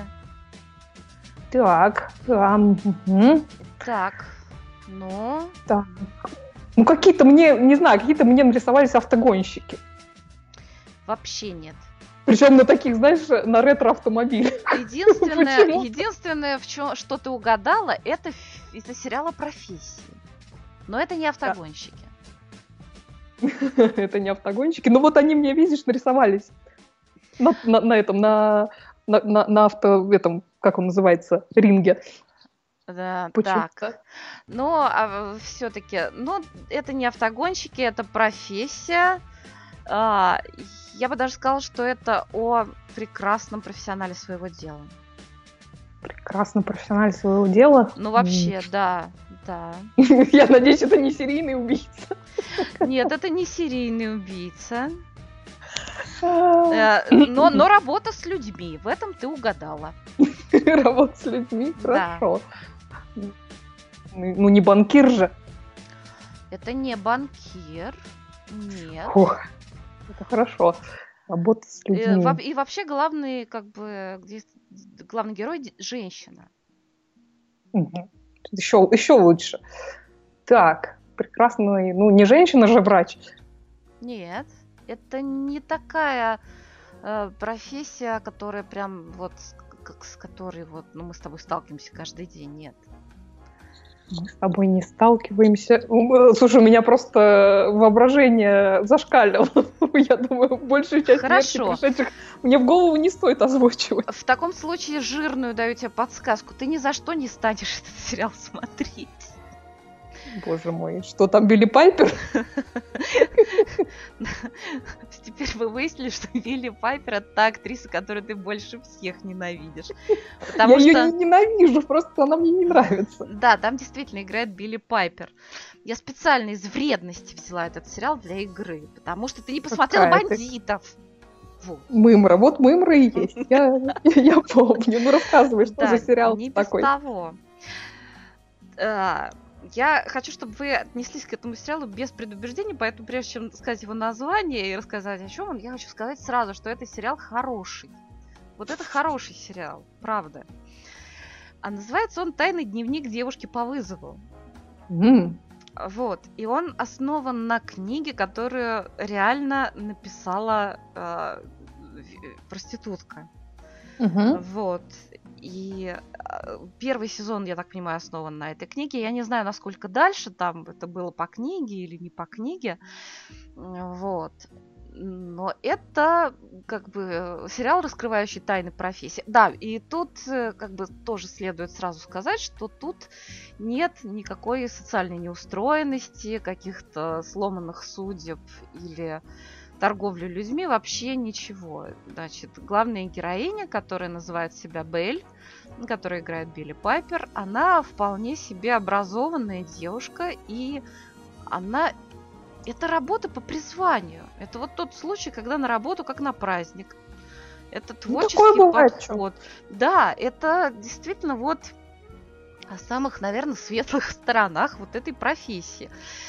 Так. а, угу. Так, ну... Так. Ну, какие-то мне, не знаю, какие-то мне нарисовались автогонщики. Вообще нет. Причем на таких, знаешь, на ретро-автомобилях. Единственное, Почему? единственное в чё, что ты угадала, это ф- из-за сериала «Профессии». Но это не автогонщики. Это не автогонщики. Ну, вот они мне, видишь, нарисовались. На, на, на этом, на, на, на, на авто, этом, как он называется, ринге. Да, Почему-то. так. Но а, все-таки, ну, это не автогонщики, это профессия. А, я бы даже сказала, что это о прекрасном профессионале своего дела. Прекрасно профессиональ своего дела. Ну, вообще, да, да. Я надеюсь, это не серийный убийца. Нет, это не серийный убийца. Э, Но, но работа с людьми, в этом ты угадала. Работа с людьми, Да. хорошо. Ну, не банкир же. Это не банкир, нет. Фух, это хорошо. Работа с Э, людьми. во- И вообще главный, как бы, где- главный герой де- женщина. Мгм. Еще, еще лучше. Так, прекрасный, ну, не женщина же врач. Нет, это не такая э, профессия, которая прям вот, с- как с которой вот, ну, мы с тобой сталкиваемся каждый день, нет. Мы с тобой не сталкиваемся. М, Слушай, у меня просто воображение зашкалило. Я думаю, большую часть версий, Хорошо. пришедших мне в голову, не стоит озвучивать. В таком случае жирную даю тебе подсказку. Ты ни за что не станешь этот сериал смотреть. Боже мой, что там, Билли Пайпер? Теперь вы выяснили, что Билли Пайпер — это та актриса, которую ты больше всех ненавидишь. Потому Я ее что... не ненавижу, просто она мне не нравится. Да, там действительно играет Билли Пайпер. Я специально из вредности взяла этот сериал для игры, потому что ты не посмотрела Какая ты- «Бандитов». Вот. Мымра, вот Мымра и есть. Я, я помню. Ну, рассказывай, что Да, за сериал не без такой. того. А, Я хочу, чтобы вы отнеслись к этому сериалу без предубеждений, поэтому прежде чем сказать его название и рассказать, о чем он, я хочу сказать сразу, что это сериал хороший. Вот это хороший сериал, правда. А называется он «Тайный дневник девушки по вызову». М, Вот. И он основан на книге, которую реально написала э, в- проститутка. Мгм. Вот. И э, первый сезон, я так понимаю, основан на этой книге. Я не знаю, насколько дальше там это было по книге или не по книге. М, Вот. Но это как бы э, сериал, раскрывающий тайны профессии. Да, и тут э, как бы тоже следует сразу сказать, что тут нет никакой социальной неустроенности, каких-то сломанных судеб или торговли людьми, вообще ничего. Значит, главная героиня, которая называет себя Белль, которая играет Билли Пайпер, она вполне себе образованная девушка, и она... Это работа по призванию. Это вот тот случай, когда на работу как на праздник. Это Ну, творческий такое бывает, чё. подход. Да, это действительно вот о самых, наверное, светлых сторонах вот этой профессии.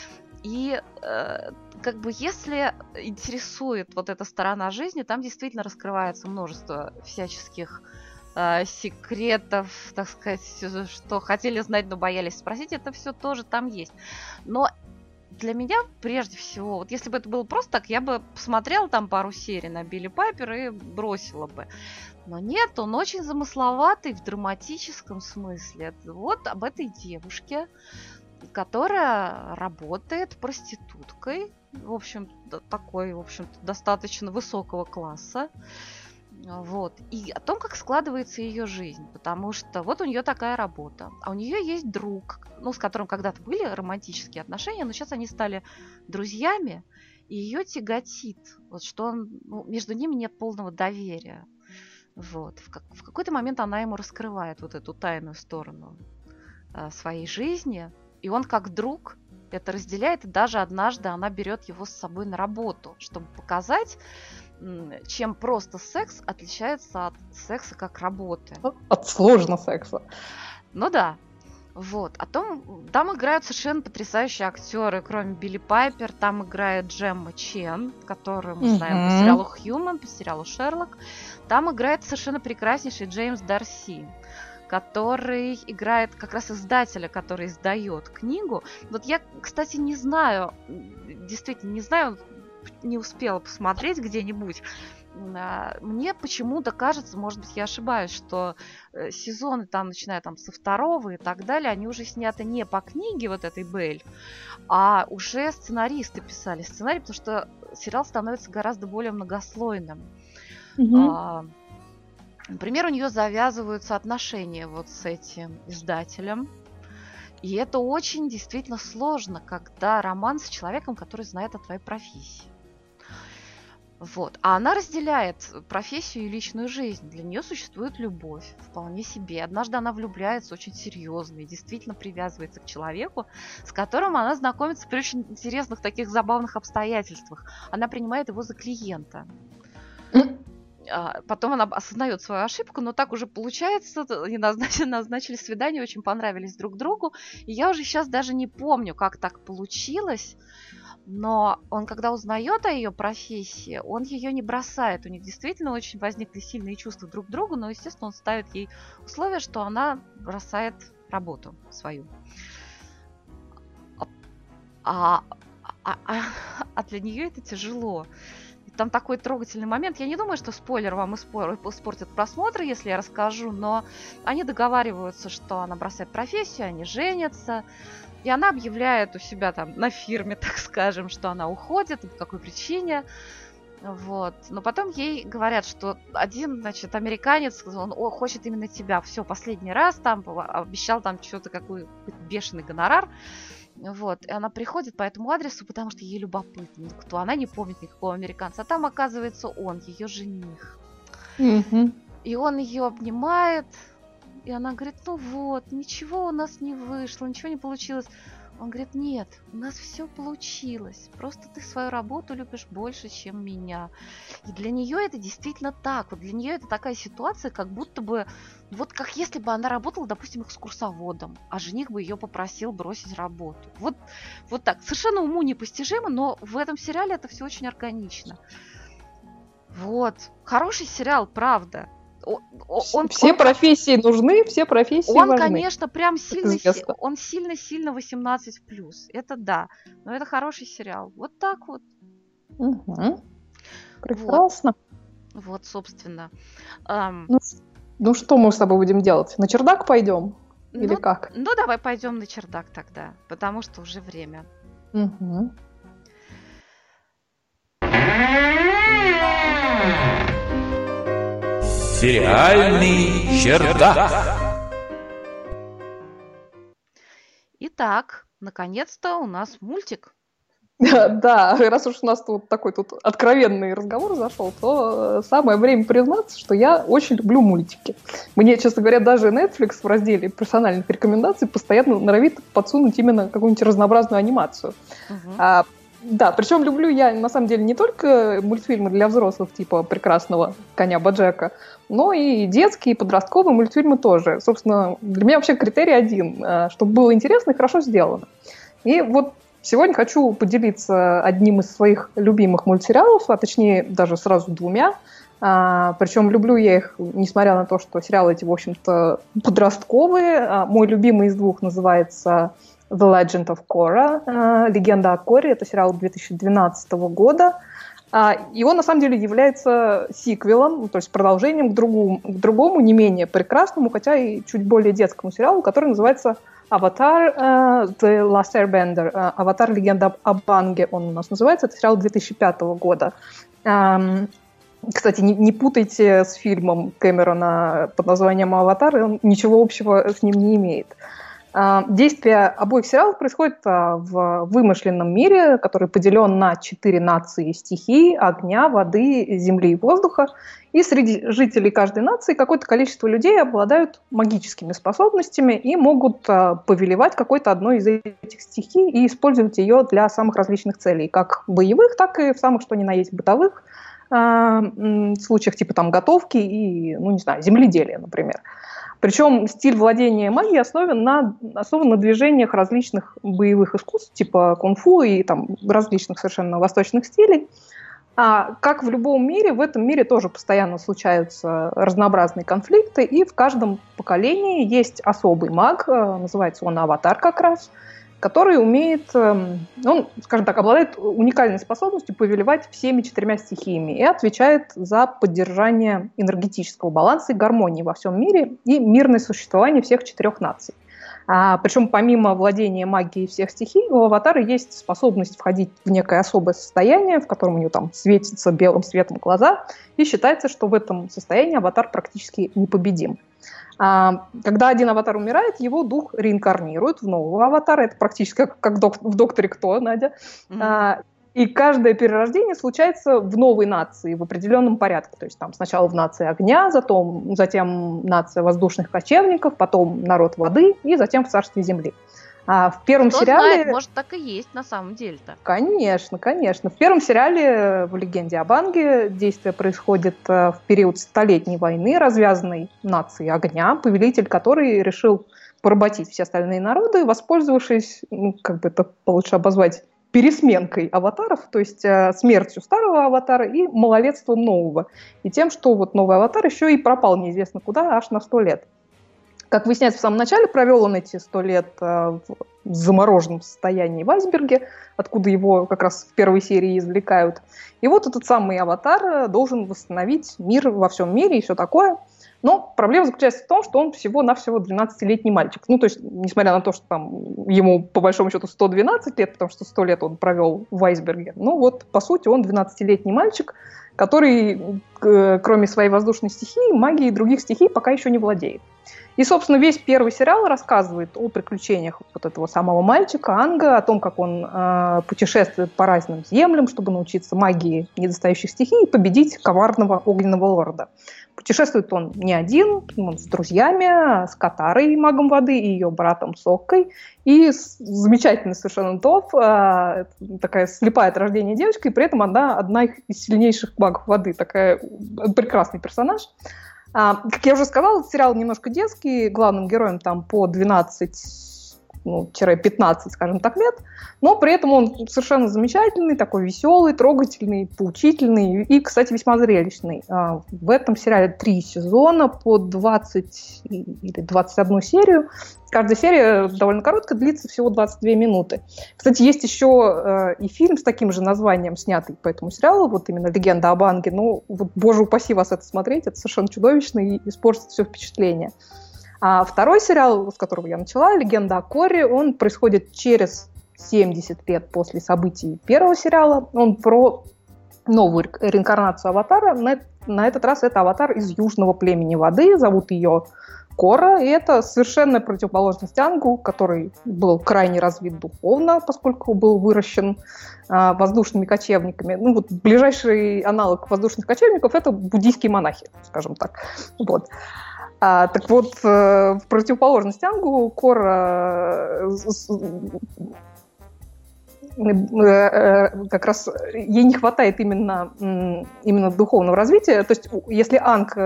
И э, как бы если интересует вот эта сторона жизни, там действительно раскрывается множество всяческих э, секретов, так сказать, что хотели знать, но боялись спросить, это все тоже там есть. Но для меня, прежде всего, вот если бы это было просто так, я бы посмотрела там пару серий на Билли Пайпер и бросила бы. Но нет, он очень замысловатый в драматическом смысле. Вот об этой девушке, которая работает проституткой, в общем, такой, в общем-то, достаточно высокого класса. Вот. И о том, как складывается ее жизнь. Потому что вот у нее такая работа. А у нее есть друг, ну, с которым когда-то были романтические отношения, но сейчас они стали друзьями, и ее тяготит, вот, что он, ну, между ними нет полного доверия. Вот. В, как, в какой-то момент она ему раскрывает вот эту тайную сторону а, своей жизни, и он как друг это разделяет, и даже однажды она берет его с собой на работу, чтобы показать, чем просто секс отличается от секса как работы. От сложного секса. Ну да. Вот. А том, там играют совершенно потрясающие актеры, кроме Билли Пайпер. Там играет Джемма Чен, которую мы знаем Мгм. по сериалу «Хьюман», по сериалу «Шерлок». Там играет совершенно прекраснейший Джеймс Дарси, который играет как раз издателя, который издает книгу. Вот я, кстати, не знаю, действительно не знаю, не успела посмотреть где-нибудь. А, Мне почему-то кажется, может быть, я ошибаюсь, что э, сезоны там, начиная там со второго и так далее, они уже сняты не по книге вот этой Белль, а уже сценаристы писали сценарий, потому что сериал становится гораздо более многослойным. Мгм. А, Например, у нее завязываются отношения вот с этим издателем. И это очень действительно сложно, когда роман с человеком, который знает о твоей профессии. Вот. А она разделяет профессию и личную жизнь. Для нее существует любовь вполне себе. Однажды она влюбляется очень серьезно и действительно привязывается к человеку, с которым она знакомится при очень интересных таких забавных обстоятельствах. Она принимает его за клиента. М. А, Потом она осознает свою ошибку, но так уже получается, т- они назначили, назначили свидание, очень понравились друг другу. И я уже сейчас даже не помню, как так получилось, но он, когда узнает о ее профессии, он ее не бросает. У них действительно очень возникли сильные чувства друг к другу, но, естественно, он ставит ей условие, что она бросает работу свою. А, а, а, а для нее это тяжело. И там такой трогательный момент. Я не думаю, что спойлер вам испор- испортит просмотр, если я расскажу, но они договариваются, что она бросает профессию, они женятся. И она объявляет у себя там на фирме, так скажем, что она уходит, и по какой причине. Вот. Но потом ей говорят, что один, значит, американец, он «О, хочет именно тебя. Все, последний раз там обещал там что-то, какой бешеный гонорар. Вот. И она приходит по этому адресу, потому что ей любопытно, кто. Она не помнит никакого американца. А там, оказывается, он, ее жених. Мгм. И он ее обнимает, и она говорит, ну вот, ничего у нас не вышло, ничего не получилось. Он говорит, нет, у нас все получилось. Просто ты свою работу любишь больше, чем меня. И для нее это действительно так. Вот для нее это такая ситуация, как будто бы, вот как если бы она работала, допустим, экскурсоводом, а жених бы ее попросил бросить работу. Вот, вот так. Совершенно уму непостижимо, но в этом сериале это все очень органично. Вот. Хороший сериал, правда. О- о- Он, Все он- профессии нужны, все профессии он, важны. конечно, прям сильно, си- известно. он сильно-сильно восемнадцать плюс. Это да. Но это хороший сериал. Вот так вот. Мгм. Прекрасно. вот, собственно. Эм, Ну, ну что мы с тобой будем делать? На чердак пойдем? Или ну, как? ну, давай пойдем на чердак тогда, потому что уже время. Мгм. Сериальный чердак. Итак, наконец-то у нас мультик. Да, раз уж у нас тут такой тут откровенный разговор зашел, то э, самое время признаться, что я очень люблю мультики. Мне, честно говоря, даже Netflix в разделе персональных рекомендаций постоянно норовит подсунуть именно какую-нибудь разнообразную анимацию. Мгм. А, да, причем люблю я, на самом деле, не только мультфильмы для взрослых, типа «Прекрасного коня Боджека», но и детские, и подростковые мультфильмы тоже. Собственно, для меня вообще критерий один, э, чтобы было интересно и хорошо сделано. И вот сегодня хочу поделиться одним из своих любимых мультсериалов, а точнее даже сразу двумя. А, причем люблю я их, несмотря на то, что сериалы эти, в общем-то, подростковые. А, мой любимый из двух называется The Legend of Korra, а, «Легенда о Корре». Это сериал две тысячи двенадцатого года. А, и он, на самом деле, является сиквелом, то есть продолжением к другому, к другому, не менее прекрасному, хотя и чуть более детскому сериалу, который называется «Аватар uh, The Last Airbender», uh, «Аватар. Легенда об Аанге» он у нас называется. Это сериал две тысячи пятого года. Um, кстати, не, не путайте с фильмом Кэмерона под названием «Аватар», он ничего общего с ним не имеет. Uh, действие обоих сериалов происходит uh, в вымышленном мире, который поделен на четыре нации стихий: огня, воды, земли и воздуха. И среди жителей каждой нации какое-то количество людей обладают магическими способностями и могут uh, повелевать какой-то одной из этих стихий и использовать ее для самых различных целей, как боевых, так и в самых что ни на есть бытовых uh, случаях, типа там готовки и, ну не знаю, земледелия, например. Причем стиль владения магией основан на, основан на движениях различных боевых искусств, типа кунг-фу и там, различных совершенно восточных стилей. А как в любом мире, в этом мире тоже постоянно случаются разнообразные конфликты, и в каждом поколении есть особый маг, называется он Аватар как раз, который умеет, он, скажем так, обладает уникальной способностью повелевать всеми четырьмя стихиями и отвечает за поддержание энергетического баланса и гармонии во всем мире и мирное существование всех четырех наций. А, причем помимо владения магией всех стихий, у Аватара есть способность входить в некое особое состояние, в котором у него там светятся белым светом глаза, и считается, что в этом состоянии Аватар практически непобедим. А, когда один аватар умирает, его дух реинкарнирует в нового аватара. Это практически как, как док- в «Докторе Кто», Надя. Mm-hmm. А, и каждое перерождение случается в новой нации в определенном порядке. То есть там сначала в нации огня, затем, затем нация воздушных кочевников, потом народ воды и затем в царстве земли. А в первом Кто сериале... знает, может, так и есть на самом деле-то. Конечно, конечно. В первом сериале в «Легенде об Аанге» действие происходит в период Столетней войны, развязанной нацией огня, повелитель которой решил поработить все остальные народы, воспользовавшись, ну, как бы это лучше обозвать, пересменкой аватаров, то есть э, смертью старого аватара и малолетством нового. И тем, что вот новый аватар еще и пропал неизвестно куда аж на сто лет. Как выясняется, в самом начале провел он эти сто лет э, в замороженном состоянии в айсберге, откуда его как раз в первой серии извлекают. И вот этот самый аватар должен восстановить мир во всем мире и все такое. Но проблема заключается в том, что он всего-навсего двенадцатилетний мальчик. Ну, то есть, несмотря на то, что там ему, по большому счету, сто двенадцать лет, потому что сто лет он провел в айсберге, ну вот, по сути, он двенадцатилетний мальчик, который, э, кроме своей воздушной стихии, магией других стихий пока еще не владеет. И, собственно, весь первый сериал рассказывает о приключениях вот этого самого мальчика, Аанга, о том, как он э, путешествует по разным землям, чтобы научиться магии недостающих стихий и победить коварного огненного лорда. Путешествует он не один, он с друзьями, с Катарой, магом воды, и ее братом Соккой, и с замечательной совершенно Тов, э, такая слепая от рождения девочка, и при этом она одна из сильнейших магов воды, такая прекрасный персонаж. А, как я уже сказала, сериал немножко детский, главным героям там по двенадцать ну, пятнадцать, скажем так, лет, но при этом он совершенно замечательный, такой веселый, трогательный, поучительный и, кстати, весьма зрелищный. В этом сериале три сезона по двадцать или двадцать одну серию. Каждая серия довольно короткая, длится всего двадцать две минуты. Кстати, есть еще и фильм с таким же названием, снятый по этому сериалу, вот именно «Легенда об Аанге». Ну, вот, боже упаси вас это смотреть, это совершенно чудовищно и испортит все впечатление. А второй сериал, с которого я начала, «Легенда о Корре», он происходит через семьдесят лет после событий первого сериала. Он про новую реинкарнацию Аватара. На, на этот раз это Аватар из южного племени воды. Зовут ее Корра. И это совершенная противоположность Ангу, который был крайне развит духовно, поскольку был выращен а, воздушными кочевниками. Ну, вот ближайший аналог воздушных кочевников – это буддийские монахи, скажем так. Вот. А, так вот, в противоположность Ангу, Корра как раз ей не хватает именно, именно духовного развития. То есть, если Анг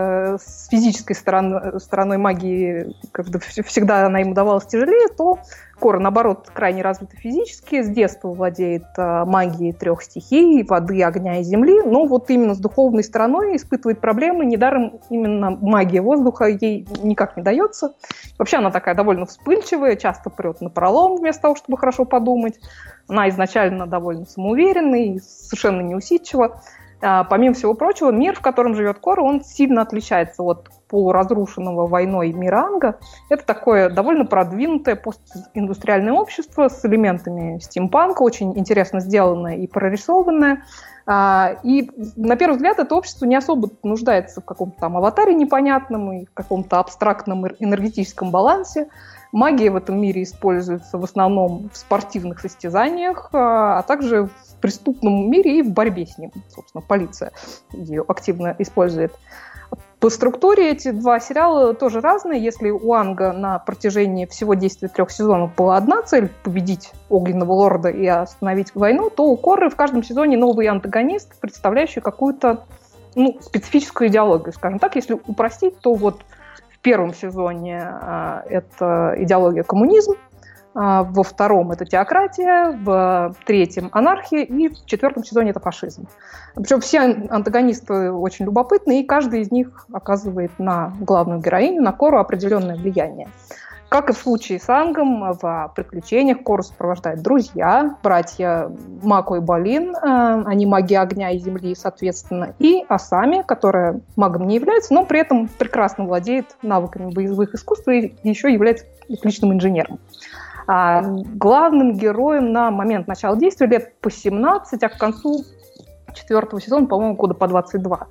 с физической стороны, стороной магии как бы всегда она ему давалась тяжелее, то Корра, наоборот, крайне развита физически, с детства владеет магией трех стихий, воды, огня и земли, но вот именно с духовной стороной испытывает проблемы. Недаром именно магия воздуха ей никак не дается. Вообще она такая довольно вспыльчивая, часто прет напролом вместо того, чтобы хорошо подумать. Она изначально довольно самоуверенная и совершенно неусидчива. А, помимо всего прочего, мир, в котором живет Корра, он сильно отличается от полуразрушенного войной мира Анга. Это такое довольно продвинутое постиндустриальное общество с элементами стимпанка, очень интересно сделанное и прорисованное. А, и на первый взгляд это общество не особо нуждается в каком-то там аватаре непонятном и в каком-то абстрактном энергетическом балансе. Магия в этом мире используется в основном в спортивных состязаниях, а также в преступном мире и в борьбе с ним. Собственно, полиция ее активно использует. По структуре эти два сериала тоже разные. Если у Анга на протяжении всего действия трех сезонов была одна цель – победить Огненного Лорда и остановить войну, то у Корры в каждом сезоне новый антагонист, представляющий какую-то ну, специфическую идеологию. Скажем так, если упростить, то вот в первом сезоне а, это идеология коммунизм, а, во втором это теократия, в третьем анархия и в четвертом сезоне это фашизм. Причем все антагонисты очень любопытны, и каждый из них оказывает на главную героиню, на Корру, определенное влияние. Как и в случае с Ангом, в приключениях Корру сопровождают друзья, братья Мако и Болин, они маги огня и земли, соответственно, и Асами, которая магом не является, но при этом прекрасно владеет навыками боевых искусств и еще является отличным инженером. А главным героем на момент начала действия лет по семнадцать, а к концу четвертого сезона, по-моему, года по двадцать два.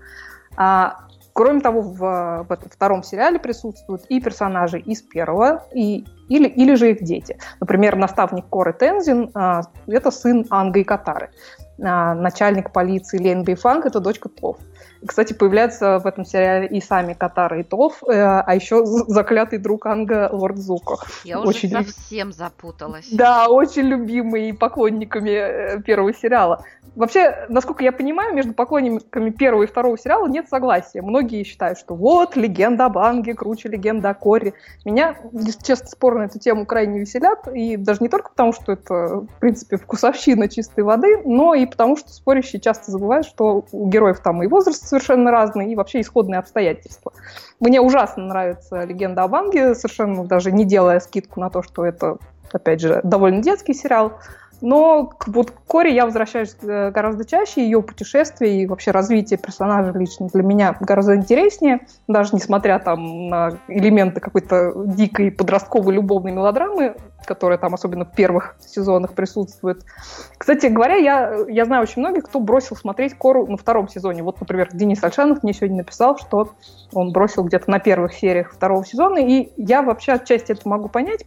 А, кроме того, в, в этом втором сериале присутствуют и персонажи из первого, и, или, или же их дети. Например, наставник Корры Тензин а, – это сын Анга и Катары. А, начальник полиции Лен Бэйфанг – это дочка Тоф. Кстати, появляются в этом сериале и сами Катара и Тоф, э, а еще заклятый друг Анга Лорд Зуко. Я очень уже совсем запуталась. Да, очень любимый поклонниками первого сериала. Вообще, насколько я понимаю, между поклонниками первого и второго сериала нет согласия. Многие считают, что вот, легенда об Аанге круче легенды о Корре. Меня, если честно, споры на эту тему крайне веселят. И даже не только потому, что это, в принципе, вкусовщина чистой воды, но и потому, что спорящие часто забывают, что у героев там и возраст совершенно разный, и вообще исходные обстоятельства. Мне ужасно нравится легенда об Аанге, совершенно даже не делая скидку на то, что это, опять же, довольно детский сериал. Но вот к Корре я возвращаюсь гораздо чаще, ее путешествия и вообще развитие персонажа лично для меня гораздо интереснее, даже несмотря там на элементы какой-то дикой подростковой любовной мелодрамы, которая там особенно в первых сезонах присутствует. Кстати говоря, я, я знаю очень многих, кто бросил смотреть Корру на втором сезоне. Вот, например, Денис Альшанов мне сегодня написал, что он бросил где-то на первых сериях второго сезона, и я вообще отчасти это могу понять,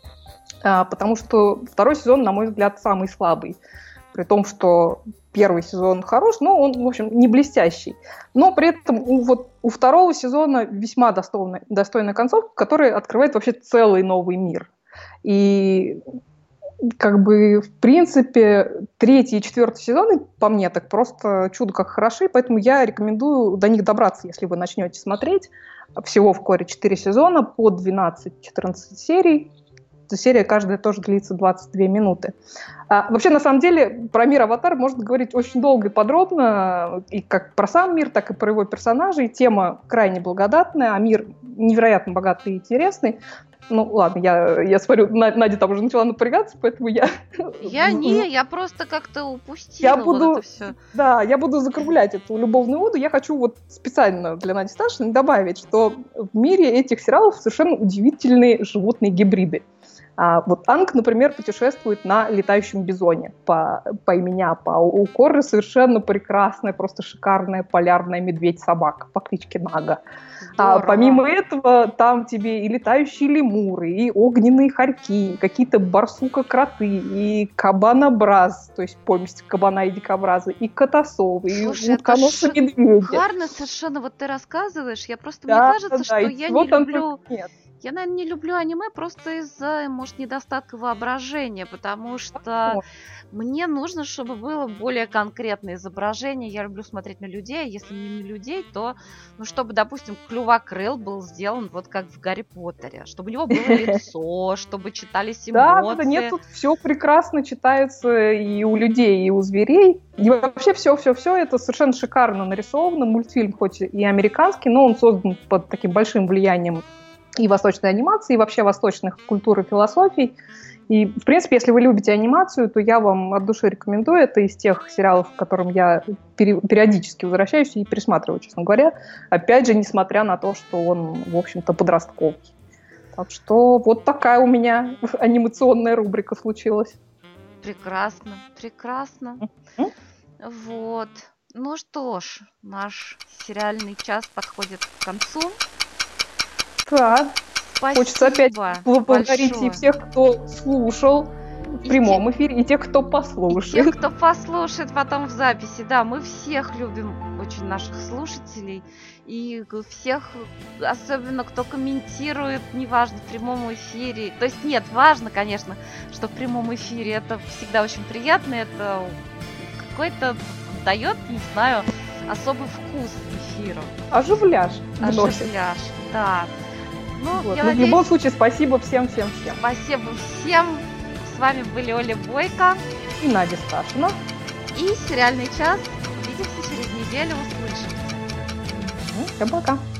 потому что второй сезон, на мой взгляд, самый слабый. При том, что первый сезон хорош, но он, в общем, не блестящий. Но при этом у, вот, у второго сезона весьма достойная, достойная концовка, которая открывает вообще целый новый мир. И как бы, в принципе, третий и четвертый сезоны, по мне, так просто чудо как хороши, поэтому я рекомендую до них добраться, если вы начнете смотреть. Всего в Корре четыре сезона по двенадцать-четырнадцать серий. что серия каждая тоже длится двадцать две минуты. А, вообще, на самом деле, про мир «Аватар» можно говорить очень долго и подробно, и как про сам мир, так и про его персонажей. Тема крайне благодатная, а мир невероятно богатый и интересный. Ну, ладно, я, я смотрю, Надя там уже начала напрягаться, поэтому я... Я не, я просто как-то упустила я буду, вот это все. Да, я буду закруглять эту любовную оду. Я хочу вот специально для Нади Сташиной добавить, что в мире этих сериалов совершенно удивительные животные гибриды. А, вот Анг, например, путешествует на летающем бизоне по, по имени Апа. У Корры совершенно прекрасная, просто шикарная полярная медведь-собака по кличке Нага. А помимо этого, там тебе и летающие лемуры, и огненные хорьки, какие-то барсука-кроты, и кабанобраз, то есть помесь кабана и дикобраза, и котосовы, и утконосцы-медведи. Шикарно совершенно вот ты рассказываешь. Я просто, да, мне кажется, да, что да, я не люблю... Нет. Я, наверное, не люблю аниме просто из-за, может, недостатка воображения, потому что мне нужно, чтобы было более конкретное изображение. Я люблю смотреть на людей, а если не на людей, то, ну, чтобы, допустим, Клювокрыл был сделан вот как в Гарри Поттере, чтобы у него было лицо, чтобы читались эмоции. Да, да, нет, тут все прекрасно читается и у людей, и у зверей. И вообще все-все-все это совершенно шикарно нарисовано. Мультфильм хоть и американский, но он создан под таким большим влиянием и восточной анимации, и вообще восточных культур и философий. И, в принципе, если вы любите анимацию, то я вам от души рекомендую. Это из тех сериалов, к которым я периодически возвращаюсь и пересматриваю, честно говоря. Опять же, несмотря на то, что он, в общем-то, подростковый. Так что вот такая у меня анимационная рубрика случилась. Прекрасно, прекрасно. Mm-hmm. Вот. Ну что ж, наш сериальный час подходит к концу. Да. Спасибо. Хочется опять поблагодарить и всех, кто слушал в и прямом те... эфире, и тех, кто послушает. И тех, кто послушает потом в записи. Да, мы всех любим, очень наших слушателей. И всех, особенно кто комментирует, неважно, в прямом эфире. То есть нет, важно, конечно, что в прямом эфире это всегда очень приятно. Это какой-то дает, не знаю, особый вкус эфиру. Оживляж. Оживляж, да. Ну, вот. я Но надеюсь... В любом случае, спасибо всем-всем-всем. Спасибо всем. С вами были Оля Бойко и Надя Сташина. И сериальный час. Увидимся через неделю, услышимся. Всем пока.